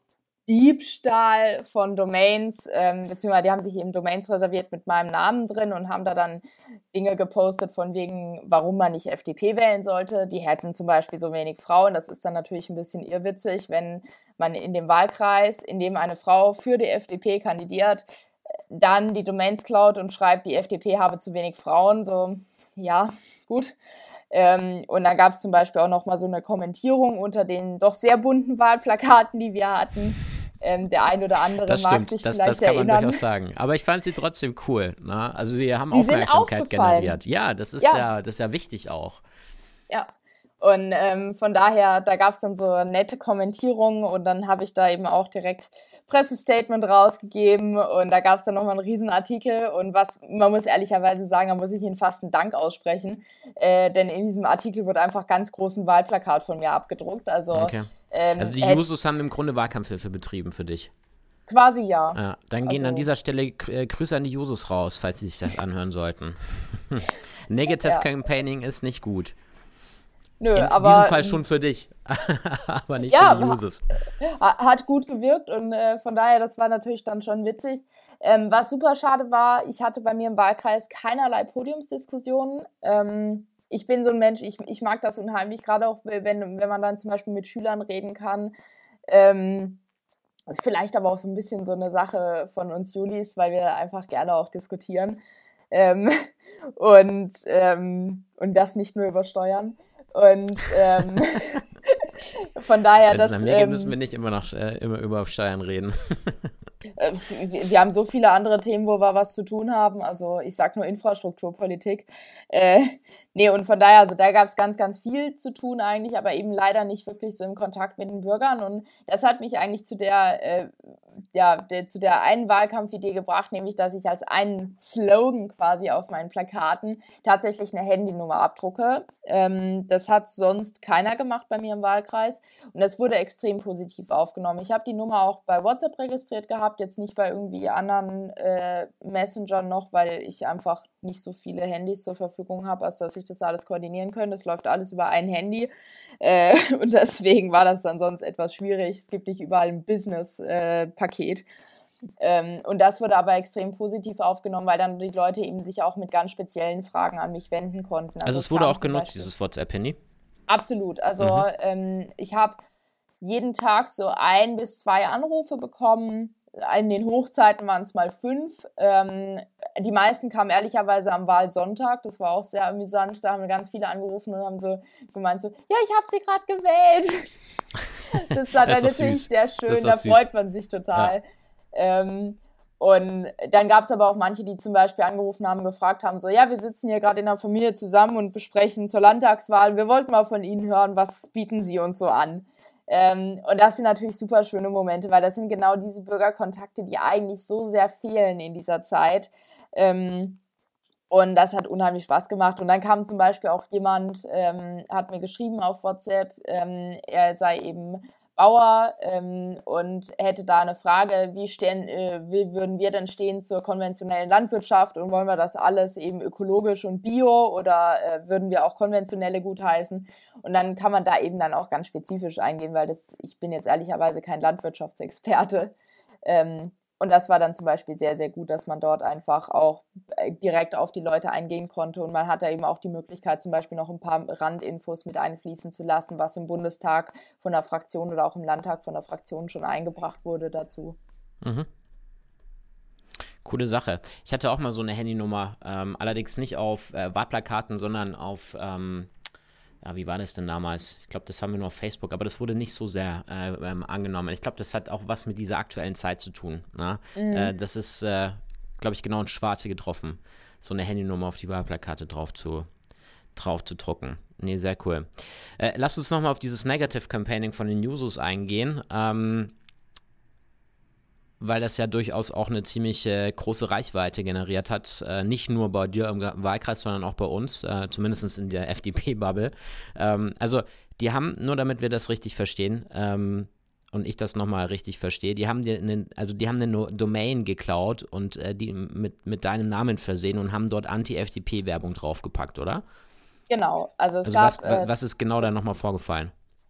Diebstahl von Domains, ähm, beziehungsweise die haben sich eben Domains reserviert mit meinem Namen drin und haben da dann Dinge gepostet von wegen, warum man nicht F D P wählen sollte. Die hätten zum Beispiel so wenig Frauen. Das ist dann natürlich ein bisschen irrwitzig, wenn man in dem Wahlkreis, in dem eine Frau für die F D P kandidiert, dann die Domains klaut und schreibt, die F D P habe zu wenig Frauen. So, ja, gut. Ähm, und dann gab es zum Beispiel auch noch mal so eine Kommentierung unter den doch sehr bunten Wahlplakaten, die wir hatten. Ähm, der ein oder andere das mag stimmt, sich das, vielleicht das kann man erinnern. durchaus sagen. Aber ich fand sie trotzdem cool. Ne? Also sie haben sie Aufmerksamkeit generiert. Ja, das ist ja. ja, das ist ja wichtig auch. Ja. Und ähm, von daher, da gab es dann so nette Kommentierungen und dann habe ich da eben auch direkt Pressestatement rausgegeben und da gab es dann nochmal einen riesen Artikel und was, man muss ehrlicherweise sagen, da muss ich Ihnen fast einen Dank aussprechen, äh, denn in diesem Artikel wird einfach ganz groß ein Wahlplakat von mir abgedruckt. Also, okay. ähm, also die äh, Jusos haben im Grunde Wahlkampfhilfe betrieben für dich? Quasi ja. ja dann gehen also, an dieser Stelle äh, Grüße an die Jusos raus, falls sie sich das anhören sollten. Negative ja. Campaigning ist nicht gut. Nö, in aber, diesem Fall schon für dich, aber nicht ja, für die Jusos. Hat gut gewirkt und äh, von daher, das war natürlich dann schon witzig. Ähm, was super schade war, ich hatte bei mir im Wahlkreis keinerlei Podiumsdiskussionen. Ähm, ich bin so ein Mensch, ich, ich mag das unheimlich, gerade auch wenn, wenn man dann zum Beispiel mit Schülern reden kann. Ähm, das ist vielleicht aber auch so ein bisschen so eine Sache von uns Julis, weil wir einfach gerne auch diskutieren ähm, und, ähm, und das nicht nur übersteuern. Und ähm, von daher, Wenn es das, nach mir geht, ähm, müssen wir nicht immer noch äh, immer über Steuern reden. äh, wir, wir haben so viele andere Themen, wo wir was zu tun haben. Also ich sag nur Infrastrukturpolitik. Äh, nee, und von daher, also da gab es ganz, ganz viel zu tun eigentlich, aber eben leider nicht wirklich so im Kontakt mit den Bürgern. Und das hat mich eigentlich zu der, äh, ja, der, zu der einen Wahlkampfidee gebracht, nämlich, dass ich als einen Slogan quasi auf meinen Plakaten tatsächlich eine Handynummer abdrucke. Ähm, das hat sonst keiner gemacht bei mir im Wahlkreis und das wurde extrem positiv aufgenommen. Ich habe die Nummer auch bei WhatsApp registriert gehabt, jetzt nicht bei irgendwie anderen äh, Messengern noch, weil ich einfach nicht so viele Handys zur Verfügung habe, als dass ich das alles koordinieren könnte. Es läuft alles über ein Handy äh, und deswegen war das dann sonst etwas schwierig. Es gibt nicht überall ein Business-Paket. Äh, ähm, und das wurde aber extrem positiv aufgenommen, weil dann die Leute eben sich auch mit ganz speziellen Fragen an mich wenden konnten. Also, also es wurde auch genutzt, Beispiel, dieses WhatsApp-Handy? Absolut. Also mhm. ähm, ich habe jeden Tag so ein bis zwei Anrufe bekommen. In den Hochzeiten waren es mal fünf. Ähm, die meisten kamen ehrlicherweise am Wahlsonntag. Das war auch sehr amüsant. Da haben ganz viele angerufen und haben so gemeint so, ja, ich habe sie gerade gewählt. Das war dann Das natürlich süß. sehr schön, da süß. freut man sich total. Ja. Ähm, und dann gab es aber auch manche, die zum Beispiel angerufen haben, gefragt haben, so, ja, wir sitzen hier gerade in der Familie zusammen und besprechen zur Landtagswahl, wir wollten mal von Ihnen hören, was bieten Sie uns so an? Ähm, und das sind natürlich super schöne Momente, weil das sind genau diese Bürgerkontakte, die eigentlich so sehr fehlen in dieser Zeit. Ähm, und das hat unheimlich Spaß gemacht. Und dann kam zum Beispiel auch jemand, ähm, hat mir geschrieben auf WhatsApp, ähm, er sei eben Bauer ähm, und hätte da eine Frage, wie, stehen, äh, wie würden wir denn stehen zur konventionellen Landwirtschaft und wollen wir das alles eben ökologisch und bio oder äh, würden wir auch konventionelle gutheißen? Und dann kann man da eben dann auch ganz spezifisch eingehen, weil das, ich bin jetzt ehrlicherweise kein Landwirtschaftsexperte. Ähm, und das war dann zum Beispiel sehr, sehr gut, dass man dort einfach auch direkt auf die Leute eingehen konnte. Und man hat da eben auch die Möglichkeit, zum Beispiel noch ein paar Randinfos mit einfließen zu lassen, was im Bundestag von der Fraktion oder auch im Landtag von der Fraktion schon eingebracht wurde dazu. Mhm. Coole Sache. Ich hatte auch mal so eine Handynummer, ähm, allerdings nicht auf äh, Wahlplakaten, sondern auf, ähm, ja, wie war das denn damals? Ich glaube, das haben wir nur auf Facebook, aber das wurde nicht so sehr äh, ähm, angenommen. Ich glaube, das hat auch was mit dieser aktuellen Zeit zu tun. Ne? Mhm. Äh, das ist, äh, glaube ich, genau ins Schwarze getroffen, so eine Handynummer auf die Wahlplakate drauf zu, drauf zu drucken. Nee, sehr cool. Äh, lass uns nochmal auf dieses Negative Campaigning von den Jusos eingehen. Ähm, weil das ja durchaus auch eine ziemlich äh, große Reichweite generiert hat. Äh, nicht nur bei dir im Wahlkreis, sondern auch bei uns, äh, zumindest in der F D P-Bubble. Ähm, also die haben, nur damit wir das richtig verstehen ähm, und ich das nochmal richtig verstehe, die haben dir eine, also die haben eine Domain geklaut und äh, die mit, mit deinem Namen versehen und haben dort Anti-F D P-Werbung draufgepackt, oder? Genau. Also es also gab... Was, äh, was ist genau da nochmal vorgefallen?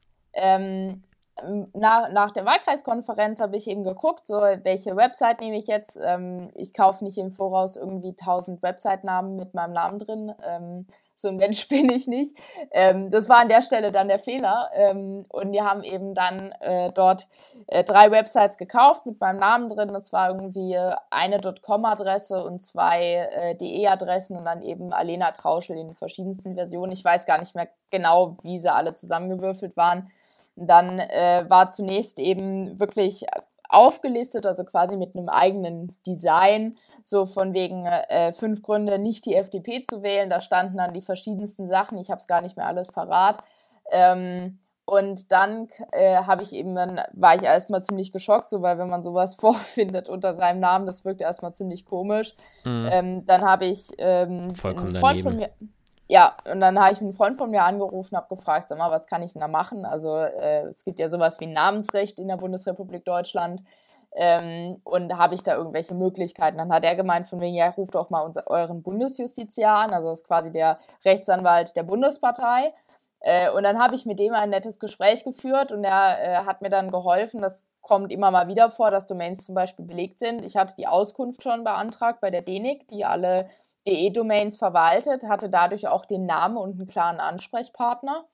Ähm, Nach, nach der Wahlkreiskonferenz habe ich eben geguckt, so welche Website nehme ich jetzt. Ähm, ich kaufe nicht im Voraus irgendwie tausend Website-Namen mit meinem Namen drin. Ähm, so ein Mensch bin ich nicht. Ähm, das war an der Stelle dann der Fehler. Ähm, und wir haben eben dann äh, dort äh, drei Websites gekauft mit meinem Namen drin. Das war irgendwie eine .com-Adresse und zwei äh, .de-Adressen und dann eben Alena Trauschel in verschiedensten Versionen. Ich weiß gar nicht mehr genau, wie sie alle zusammengewürfelt waren. Dann äh, war zunächst eben wirklich aufgelistet, also quasi mit einem eigenen Design, so von wegen äh, fünf Gründe, nicht die F D P zu wählen. Da standen dann die verschiedensten Sachen. Ich habe es gar nicht mehr alles parat. Ähm, und dann äh, habe ich eben, dann war ich erstmal ziemlich geschockt, so, weil wenn man sowas vorfindet unter seinem Namen, das wirkt erstmal ziemlich komisch. Mhm. Ähm, dann habe ich ähm, Vollkommen einen Freund daneben. von mir... Ja, und dann habe ich einen Freund von mir angerufen, habe gefragt, sag mal, was kann ich denn da machen? Also äh, es gibt ja sowas wie ein Namensrecht in der Bundesrepublik Deutschland ähm, und da habe ich da irgendwelche Möglichkeiten. Dann hat er gemeint von wegen, ja, ruft doch mal unser, euren Bundesjustiziar an, also das ist quasi der Rechtsanwalt der Bundespartei. Äh, und dann habe ich mit dem ein nettes Gespräch geführt und er äh, hat mir dann geholfen, das kommt immer mal wieder vor, dass Domains zum Beispiel belegt sind. Ich hatte die Auskunft schon beantragt bei der D E N I C, die alle .de-Domains verwaltet, hatte dadurch auch den Namen und einen klaren Ansprechpartner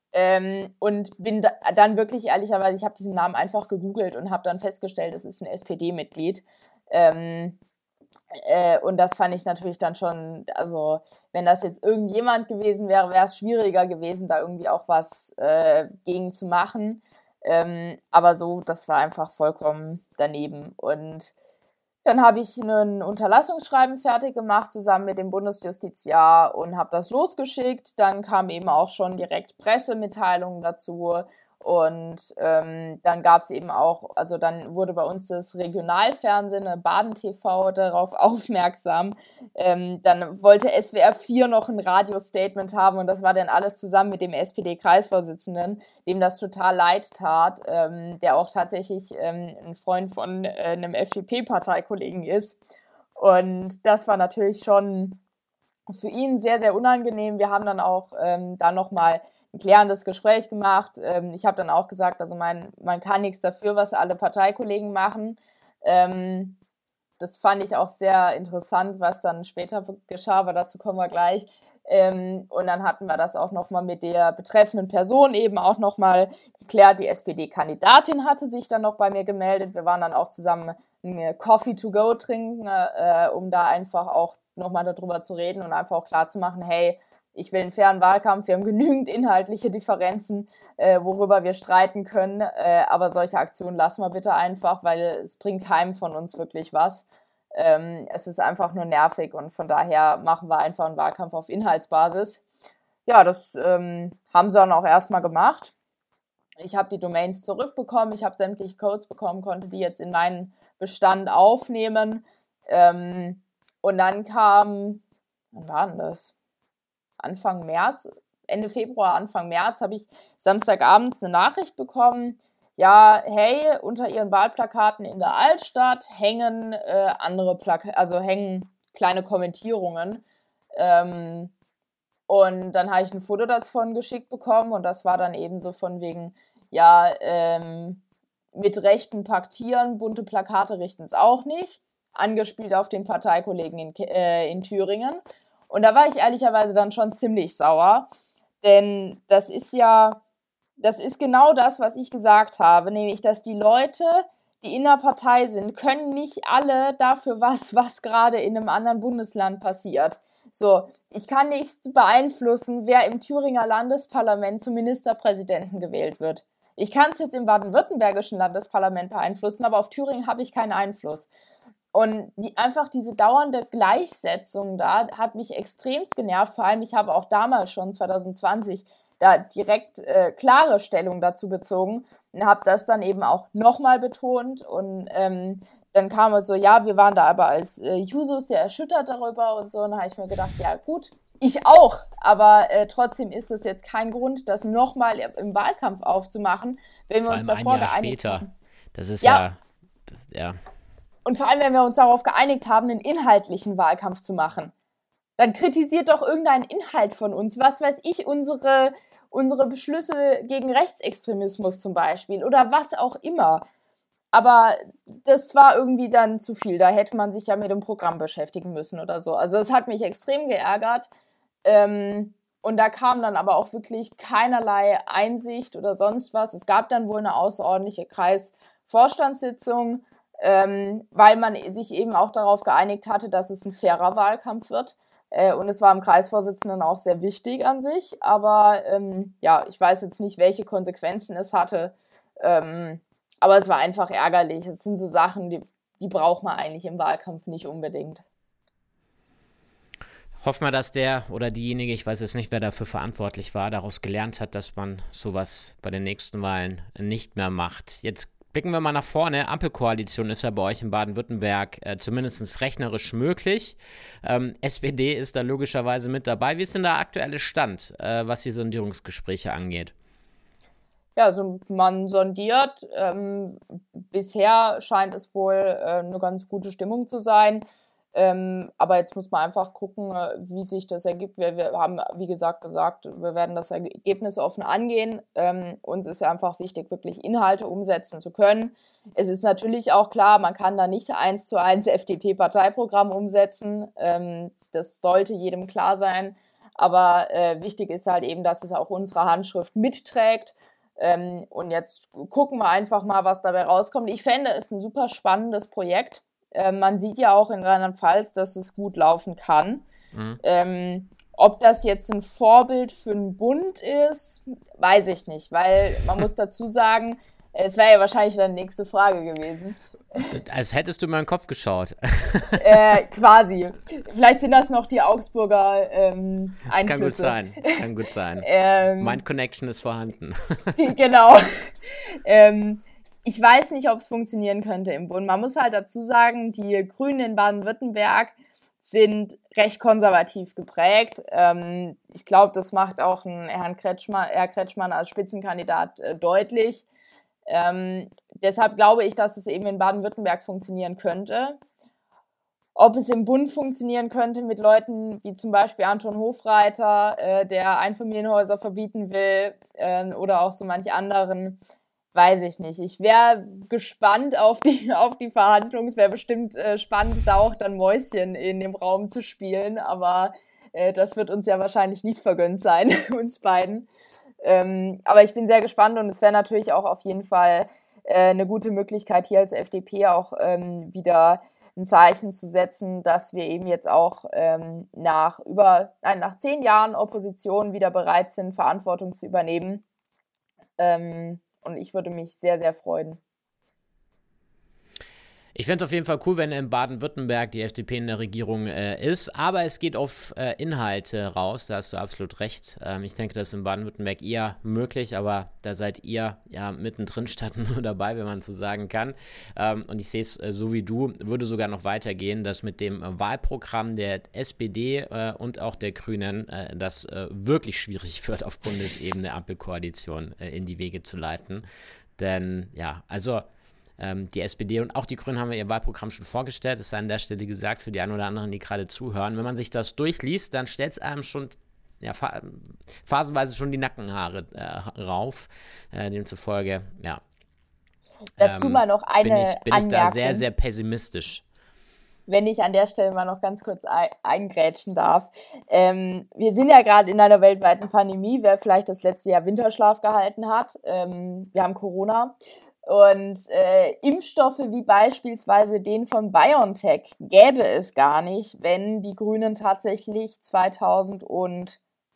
ähm, und bin da, dann wirklich ehrlicherweise, ich habe diesen Namen einfach gegoogelt und habe dann festgestellt, es ist ein S P D-Mitglied ähm, äh, und das fand ich natürlich dann schon, also wenn das jetzt irgendjemand gewesen wäre, wäre es schwieriger gewesen, da irgendwie auch was äh, gegen zu machen, ähm, aber so, das war einfach vollkommen daneben. Und dann habe ich ein Unterlassungsschreiben fertig gemacht, zusammen mit dem Bundesjustiziar und habe das losgeschickt. Dann kamen eben auch schon direkt Pressemitteilungen dazu. Und ähm, dann gab es eben auch, also dann wurde bei uns das Regionalfernsehen, Baden T V, darauf aufmerksam. Ähm, dann wollte S W R vier noch ein Radiostatement haben und das war dann alles zusammen mit dem S P D-Kreisvorsitzenden, dem das total leid tat, ähm, der auch tatsächlich ähm, ein Freund von äh, einem F D P-Parteikollegen ist. Und das war natürlich schon für ihn sehr, sehr unangenehm. Wir haben dann auch ähm, da nochmal ein klärendes Gespräch gemacht. Ähm, ich habe dann auch gesagt, also mein, man kann nichts dafür, was alle Parteikollegen machen. Ähm, das fand ich auch sehr interessant, was dann später geschah, aber dazu kommen wir gleich. Ähm, und dann hatten wir das auch nochmal mit der betreffenden Person eben auch nochmal geklärt. Die S P D-Kandidatin hatte sich dann noch bei mir gemeldet. Wir waren dann auch zusammen eine Coffee to go trinken, äh, um da einfach auch nochmal darüber zu reden und einfach auch klar zu machen, hey, ich will einen fairen Wahlkampf, wir haben genügend inhaltliche Differenzen, äh, worüber wir streiten können, äh, aber solche Aktionen lassen wir bitte einfach, weil es bringt keinem von uns wirklich was. Ähm, es ist einfach nur nervig und von daher machen wir einfach einen Wahlkampf auf Inhaltsbasis. Ja, das ähm, haben sie dann auch erstmal gemacht. Ich habe die Domains zurückbekommen, ich habe sämtliche Codes bekommen, konnte die jetzt in meinen Bestand aufnehmen. Ähm, und dann kam, wann war denn das? Anfang März, Ende Februar, Anfang März habe ich Samstagabends eine Nachricht bekommen, ja, hey, unter ihren Wahlplakaten in der Altstadt hängen äh, andere Plakate, also hängen kleine Kommentierungen. Ähm, und dann habe ich ein Foto davon geschickt bekommen und das war dann eben so von wegen, ja, ähm, mit Rechten paktieren, bunte Plakate richten es auch nicht, angespielt auf den Parteikollegen in, äh, in Thüringen. Und da war ich ehrlicherweise dann schon ziemlich sauer, denn das ist ja, das ist genau das, was ich gesagt habe, nämlich, dass die Leute, die in der Partei sind, können nicht alle dafür was, was gerade in einem anderen Bundesland passiert. So, ich kann nicht beeinflussen, wer im Thüringer Landesparlament zum Ministerpräsidenten gewählt wird. Ich kann es jetzt im baden-württembergischen Landesparlament beeinflussen, aber auf Thüringen habe ich keinen Einfluss. Und die, einfach diese dauernde Gleichsetzung da hat mich extremst genervt. Vor allem, ich habe auch damals schon, zwanzig zwanzig, da direkt äh, klare Stellung dazu bezogen und habe das dann eben auch nochmal betont. Und ähm, dann kam es so, ja, wir waren da aber als äh, Jusos sehr erschüttert darüber und so. Und dann habe ich mir gedacht, ja gut, ich auch. Aber äh, trotzdem ist es jetzt kein Grund, das nochmal im Wahlkampf aufzumachen, wenn wir Vor uns allem davor ein Jahr geeinigt später. haben. Das ist Ja. ja, das, ja. Und vor allem, wenn wir uns darauf geeinigt haben, einen inhaltlichen Wahlkampf zu machen. Dann kritisiert doch irgendein Inhalt von uns. Was weiß ich, unsere, unsere Beschlüsse gegen Rechtsextremismus zum Beispiel oder was auch immer. Aber das war irgendwie dann zu viel. Da hätte man sich ja mit dem Programm beschäftigen müssen oder so. Also das hat mich extrem geärgert. Ähm, und da kam dann aber auch wirklich keinerlei Einsicht oder sonst was. Es gab dann wohl eine außerordentliche Kreisvorstandssitzung, ähm, weil man sich eben auch darauf geeinigt hatte, dass es ein fairer Wahlkampf wird. Äh, und es war dem Kreisvorsitzenden auch sehr wichtig an sich. Aber ähm, ja, ich weiß jetzt nicht, welche Konsequenzen es hatte. Ähm, aber es war einfach ärgerlich. Es sind so Sachen, die, die braucht man eigentlich im Wahlkampf nicht unbedingt. Hoffen wir, dass der oder diejenige, ich weiß jetzt nicht, wer dafür verantwortlich war, daraus gelernt hat, dass man sowas bei den nächsten Wahlen nicht mehr macht. Jetzt blicken wir mal nach vorne. Ampelkoalition ist ja bei euch in Baden-Württemberg äh, zumindest rechnerisch möglich. Ähm, S P D ist da logischerweise mit dabei. Wie ist denn der aktuelle Stand, äh, was die Sondierungsgespräche angeht? Ja, also man sondiert. Ähm, bisher scheint es wohl äh, eine ganz gute Stimmung zu sein. Ähm, aber jetzt muss man einfach gucken, äh, wie sich das ergibt. Wir, wir haben, wie gesagt, gesagt, wir werden das Ergebnis offen angehen. Ähm, uns ist ja einfach wichtig, wirklich Inhalte umsetzen zu können. Es ist natürlich auch klar, man kann da nicht eins zu eins F D P-Parteiprogramm umsetzen. Ähm, das sollte jedem klar sein. Aber äh, wichtig ist halt eben, dass es auch unsere Handschrift mitträgt. Ähm, und jetzt gucken wir einfach mal, was dabei rauskommt. Ich fände es ein super spannendes Projekt. Ähm, man sieht ja auch in Rheinland-Pfalz, dass es gut laufen kann. Mhm. Ähm, ob das jetzt ein Vorbild für einen Bund ist, weiß ich nicht, weil man muss dazu sagen, es wäre ja wahrscheinlich dann die nächste Frage gewesen. Als hättest du in meinen Kopf geschaut. äh, quasi. Vielleicht sind das noch die Augsburger ähm, Einflüsse. Das kann gut sein. Das kann gut sein. ähm, Mind Connection ist vorhanden. Genau. ähm, ich weiß nicht, ob es funktionieren könnte im Bund. Man muss halt dazu sagen, die Grünen in Baden-Württemberg sind recht konservativ geprägt. Ähm, ich glaube, das macht auch ein Herrn Kretschmann, Herr Kretschmann als Spitzenkandidat äh, deutlich. Ähm, deshalb glaube ich, dass es eben in Baden-Württemberg funktionieren könnte. Ob es im Bund funktionieren könnte mit Leuten wie zum Beispiel Anton Hofreiter, äh, der Einfamilienhäuser verbieten will, äh, oder auch so manch anderen, weiß ich nicht. Ich wäre gespannt auf die, auf die Verhandlungen. Es wäre bestimmt äh, spannend, da auch dann Mäuschen in dem Raum zu spielen, aber äh, das wird uns ja wahrscheinlich nicht vergönnt sein, uns beiden. Ähm, aber ich bin sehr gespannt und es wäre natürlich auch auf jeden Fall äh, eine gute Möglichkeit, hier als F D P auch ähm, wieder ein Zeichen zu setzen, dass wir eben jetzt auch ähm, nach über nein, nach zehn Jahren Opposition wieder bereit sind, Verantwortung zu übernehmen. Ähm, und ich würde mich sehr, sehr freuen. Ich fände es auf jeden Fall cool, wenn in Baden-Württemberg die F D P in der Regierung äh, ist, aber es geht auf äh, Inhalte raus, da hast du absolut recht. Ähm, ich denke, das ist in Baden-Württemberg eher möglich, aber da seid ihr ja mittendrin statt nur dabei, wenn man so sagen kann. Ähm, und ich sehe es äh, so wie du, würde sogar noch weitergehen, dass mit dem äh, Wahlprogramm der S P D äh, und auch der Grünen äh, das äh, wirklich schwierig wird, auf Bundesebene Ampelkoalition äh, in die Wege zu leiten. Denn ja, also die S P D und auch die Grünen haben ihr Wahlprogramm schon vorgestellt. Das sei an der Stelle gesagt für die einen oder anderen, die gerade zuhören. Wenn man sich das durchliest, dann stellt es einem schon ja, phasenweise schon die Nackenhaare äh, rauf. Äh, demzufolge, ja. Dazu ähm, mal noch eine bin ich, bin ich da sehr, sehr pessimistisch. Wenn ich an der Stelle mal noch ganz kurz eingrätschen darf. Ähm, wir sind ja gerade in einer weltweiten Pandemie, wer vielleicht das letzte Jahr Winterschlaf gehalten hat. Ähm, wir haben Corona. Und äh, Impfstoffe wie beispielsweise den von BioNTech gäbe es gar nicht, wenn die Grünen tatsächlich zweitausendzwei,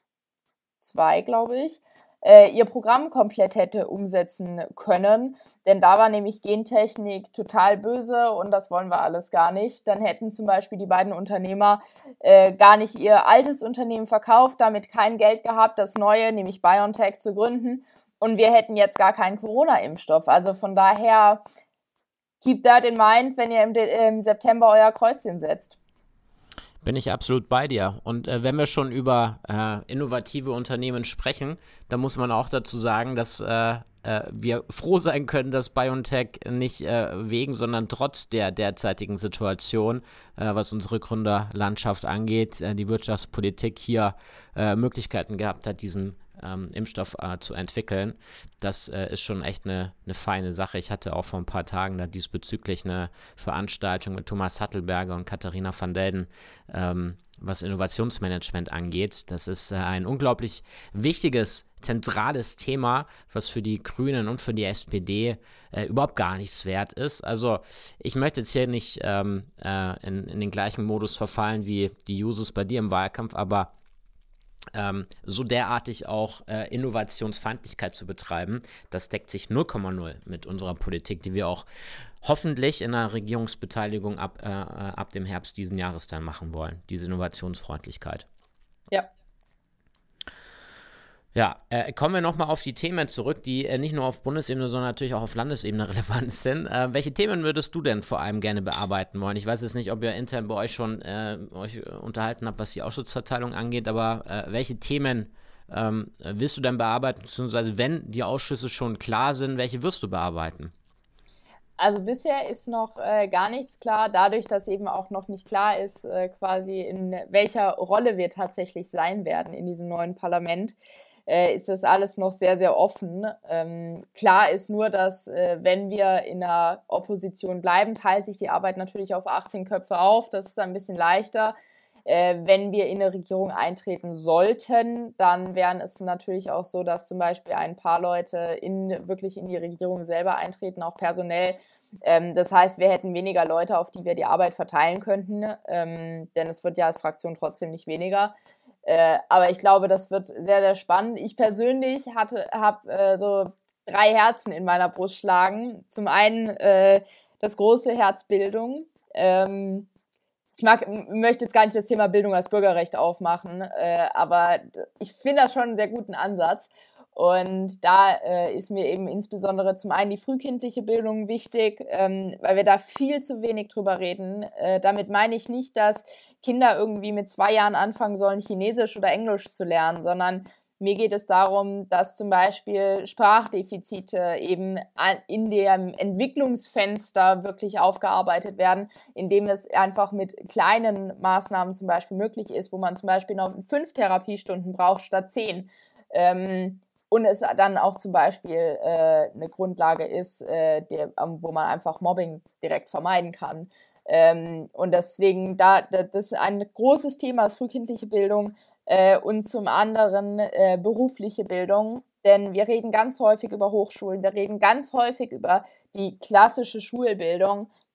glaube ich, äh, ihr Programm komplett hätte umsetzen können. Denn da war nämlich Gentechnik total böse und das wollen wir alles gar nicht. Dann hätten zum Beispiel die beiden Unternehmer äh, gar nicht ihr altes Unternehmen verkauft, damit kein Geld gehabt, das neue, nämlich BioNTech, zu gründen. Und wir hätten jetzt gar keinen Corona-Impfstoff. Also von daher, keep that in mind, wenn ihr im, De- im September euer Kreuzchen setzt. Bin ich absolut bei dir. Und äh, wenn wir schon über äh, innovative Unternehmen sprechen, dann muss man auch dazu sagen, dass äh, äh, wir froh sein können, dass BioNTech nicht äh, wegen, sondern trotz der derzeitigen Situation, äh, was unsere Gründerlandschaft angeht, äh, die Wirtschaftspolitik hier äh, Möglichkeiten gehabt hat, diesen Ähm, Impfstoff äh, zu entwickeln. Das äh, ist schon echt eine, eine feine Sache. Ich hatte auch vor ein paar Tagen da diesbezüglich eine Veranstaltung mit Thomas Hattelberger und Katharina van Delden, ähm, was Innovationsmanagement angeht. Das ist äh, ein unglaublich wichtiges, zentrales Thema, was für die Grünen und für die S P D äh, überhaupt gar nichts wert ist. Also ich möchte jetzt hier nicht ähm, äh, in, in den gleichen Modus verfallen wie die Jusos bei dir im Wahlkampf, aber Ähm, so derartig auch äh, Innovationsfeindlichkeit zu betreiben, das deckt sich null Komma null mit unserer Politik, die wir auch hoffentlich in der Regierungsbeteiligung ab, äh, ab dem Herbst diesen Jahres dann machen wollen, diese Innovationsfreundlichkeit. Ja. Ja, äh, kommen wir nochmal auf die Themen zurück, die äh, nicht nur auf Bundesebene, sondern natürlich auch auf Landesebene relevant sind. Äh, welche Themen würdest du denn vor allem gerne bearbeiten wollen? Ich weiß jetzt nicht, ob ihr intern bei euch schon äh, euch unterhalten habt, was die Ausschussverteilung angeht, aber äh, welche Themen ähm, willst du denn bearbeiten, beziehungsweise wenn die Ausschüsse schon klar sind, welche wirst du bearbeiten? Also bisher ist noch äh, gar nichts klar, dadurch, dass eben auch noch nicht klar ist, äh, quasi in welcher Rolle wir tatsächlich sein werden in diesem neuen Parlament. Äh, ist das alles noch sehr, sehr offen. Ähm, klar ist nur, dass äh, wenn wir in der Opposition bleiben, teilt sich die Arbeit natürlich auf achtzehn Köpfe auf. Das ist ein bisschen leichter. Äh, wenn wir in eine Regierung eintreten sollten, dann wären es natürlich auch so, dass zum Beispiel ein paar Leute in, wirklich in die Regierung selber eintreten, auch personell. Ähm, das heißt, wir hätten weniger Leute, auf die wir die Arbeit verteilen könnten, ähm, denn es wird ja als Fraktion trotzdem nicht weniger. Äh, aber ich glaube, das wird sehr, sehr spannend. Ich persönlich hatte, habe äh, so drei Herzen in meiner Brust schlagen. Zum einen äh, das große Herz Bildung. Ähm, ich mag, möchte jetzt gar nicht das Thema Bildung als Bürgerrecht aufmachen, äh, aber ich finde das schon einen sehr guten Ansatz. Und da äh, ist mir eben insbesondere zum einen die frühkindliche Bildung wichtig, ähm, weil wir da viel zu wenig drüber reden. Äh, damit meine ich nicht, dass Kinder irgendwie mit zwei Jahren anfangen sollen, Chinesisch oder Englisch zu lernen, sondern mir geht es darum, dass zum Beispiel Sprachdefizite eben in dem Entwicklungsfenster wirklich aufgearbeitet werden, indem es einfach mit kleinen Maßnahmen zum Beispiel möglich ist, wo man zum Beispiel noch fünf Therapiestunden braucht statt zehn. Ähm, und es dann auch zum Beispiel äh, eine Grundlage ist, äh, der, wo man einfach Mobbing direkt vermeiden kann. Ähm, und deswegen, da, das ist ein großes Thema, frühkindliche Bildung. Äh, und zum anderen äh, berufliche Bildung, denn wir reden ganz häufig über Hochschulen, wir reden ganz häufig über die klassische Schulbildung,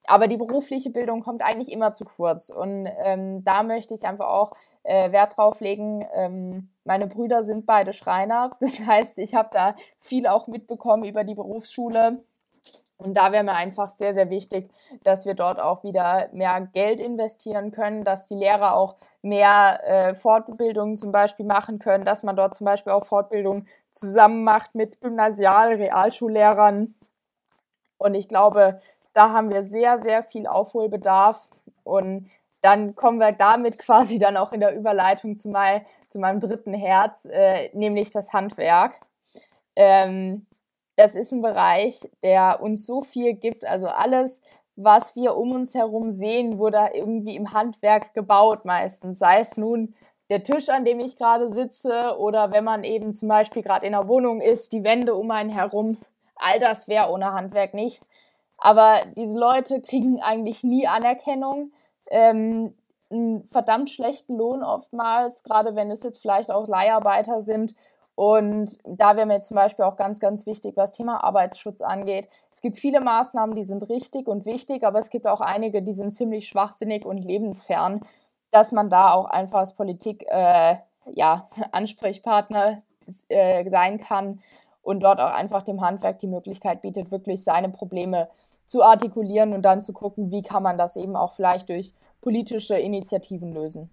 aber die berufliche Bildung kommt eigentlich immer zu kurz. Und ähm, da möchte ich einfach auch äh, Wert drauf legen. Ähm, meine Brüder sind beide Schreiner. Das heißt, ich habe da viel auch mitbekommen über die Berufsschule. Und da wäre mir einfach sehr, sehr wichtig, dass wir dort auch wieder mehr Geld investieren können, dass die Lehrer auch mehr äh, Fortbildungen zum Beispiel machen können, dass man dort zum Beispiel auch Fortbildungen zusammen macht mit Gymnasial-, Realschullehrern. Und ich glaube, da haben wir sehr, sehr viel Aufholbedarf. Und dann kommen wir damit quasi dann auch in der Überleitung zu, mein, zu meinem dritten Herz, äh, nämlich das Handwerk. Ähm, das ist ein Bereich, der uns so viel gibt. Also alles, was wir um uns herum sehen, wurde irgendwie im Handwerk gebaut meistens. Sei es nun der Tisch, an dem ich gerade sitze, oder wenn man eben zum Beispiel gerade in einer Wohnung ist, die Wände um einen herum. All das wäre ohne Handwerk nicht. Aber diese Leute kriegen eigentlich nie Anerkennung, ähm, einen verdammt schlechten Lohn oftmals, gerade wenn es jetzt vielleicht auch Leiharbeiter sind. Und da wäre mir zum Beispiel auch ganz, ganz wichtig, was Thema Arbeitsschutz angeht. Es gibt viele Maßnahmen, die sind richtig und wichtig, aber es gibt auch einige, die sind ziemlich schwachsinnig und lebensfern, dass man da auch einfach als Politik äh, ja, Ansprechpartner äh, sein kann und dort auch einfach dem Handwerk die Möglichkeit bietet, wirklich seine Probleme zu artikulieren und dann zu gucken, wie kann man das eben auch vielleicht durch politische Initiativen lösen.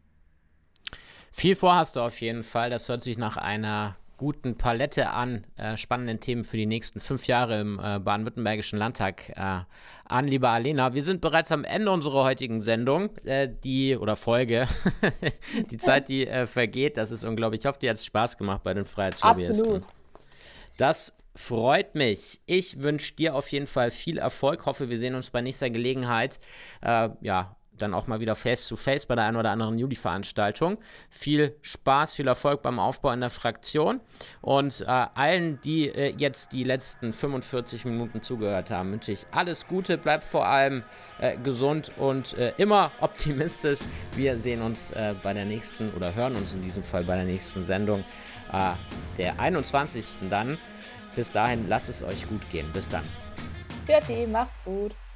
Viel vorhast du auf jeden Fall. Das hört sich nach einer guten Palette an äh, spannenden Themen für die nächsten fünf Jahre im äh, baden-württembergischen Landtag äh, an, liebe Alena. Wir sind bereits am Ende unserer heutigen Sendung, äh, die oder Folge. Die Zeit, die äh, vergeht, das ist unglaublich. Ich hoffe, dir hat es Spaß gemacht bei den Freiheitslobbyisten. Absolut. Das freut mich. Ich wünsche dir auf jeden Fall viel Erfolg. Hoffe, wir sehen uns bei nächster Gelegenheit. Äh, ja, dann auch mal wieder face-to-face bei der einen oder anderen Juli-Veranstaltung. Viel Spaß, viel Erfolg beim Aufbau in der Fraktion. Und äh, allen, die äh, jetzt die letzten fünfundvierzig Minuten zugehört haben, wünsche ich alles Gute. Bleibt vor allem äh, gesund und äh, immer optimistisch. Wir sehen uns äh, bei der nächsten oder hören uns in diesem Fall bei der nächsten Sendung, äh, der einundzwanzigsten dann. Bis dahin, lasst es euch gut gehen. Bis dann. Fertig, macht's gut.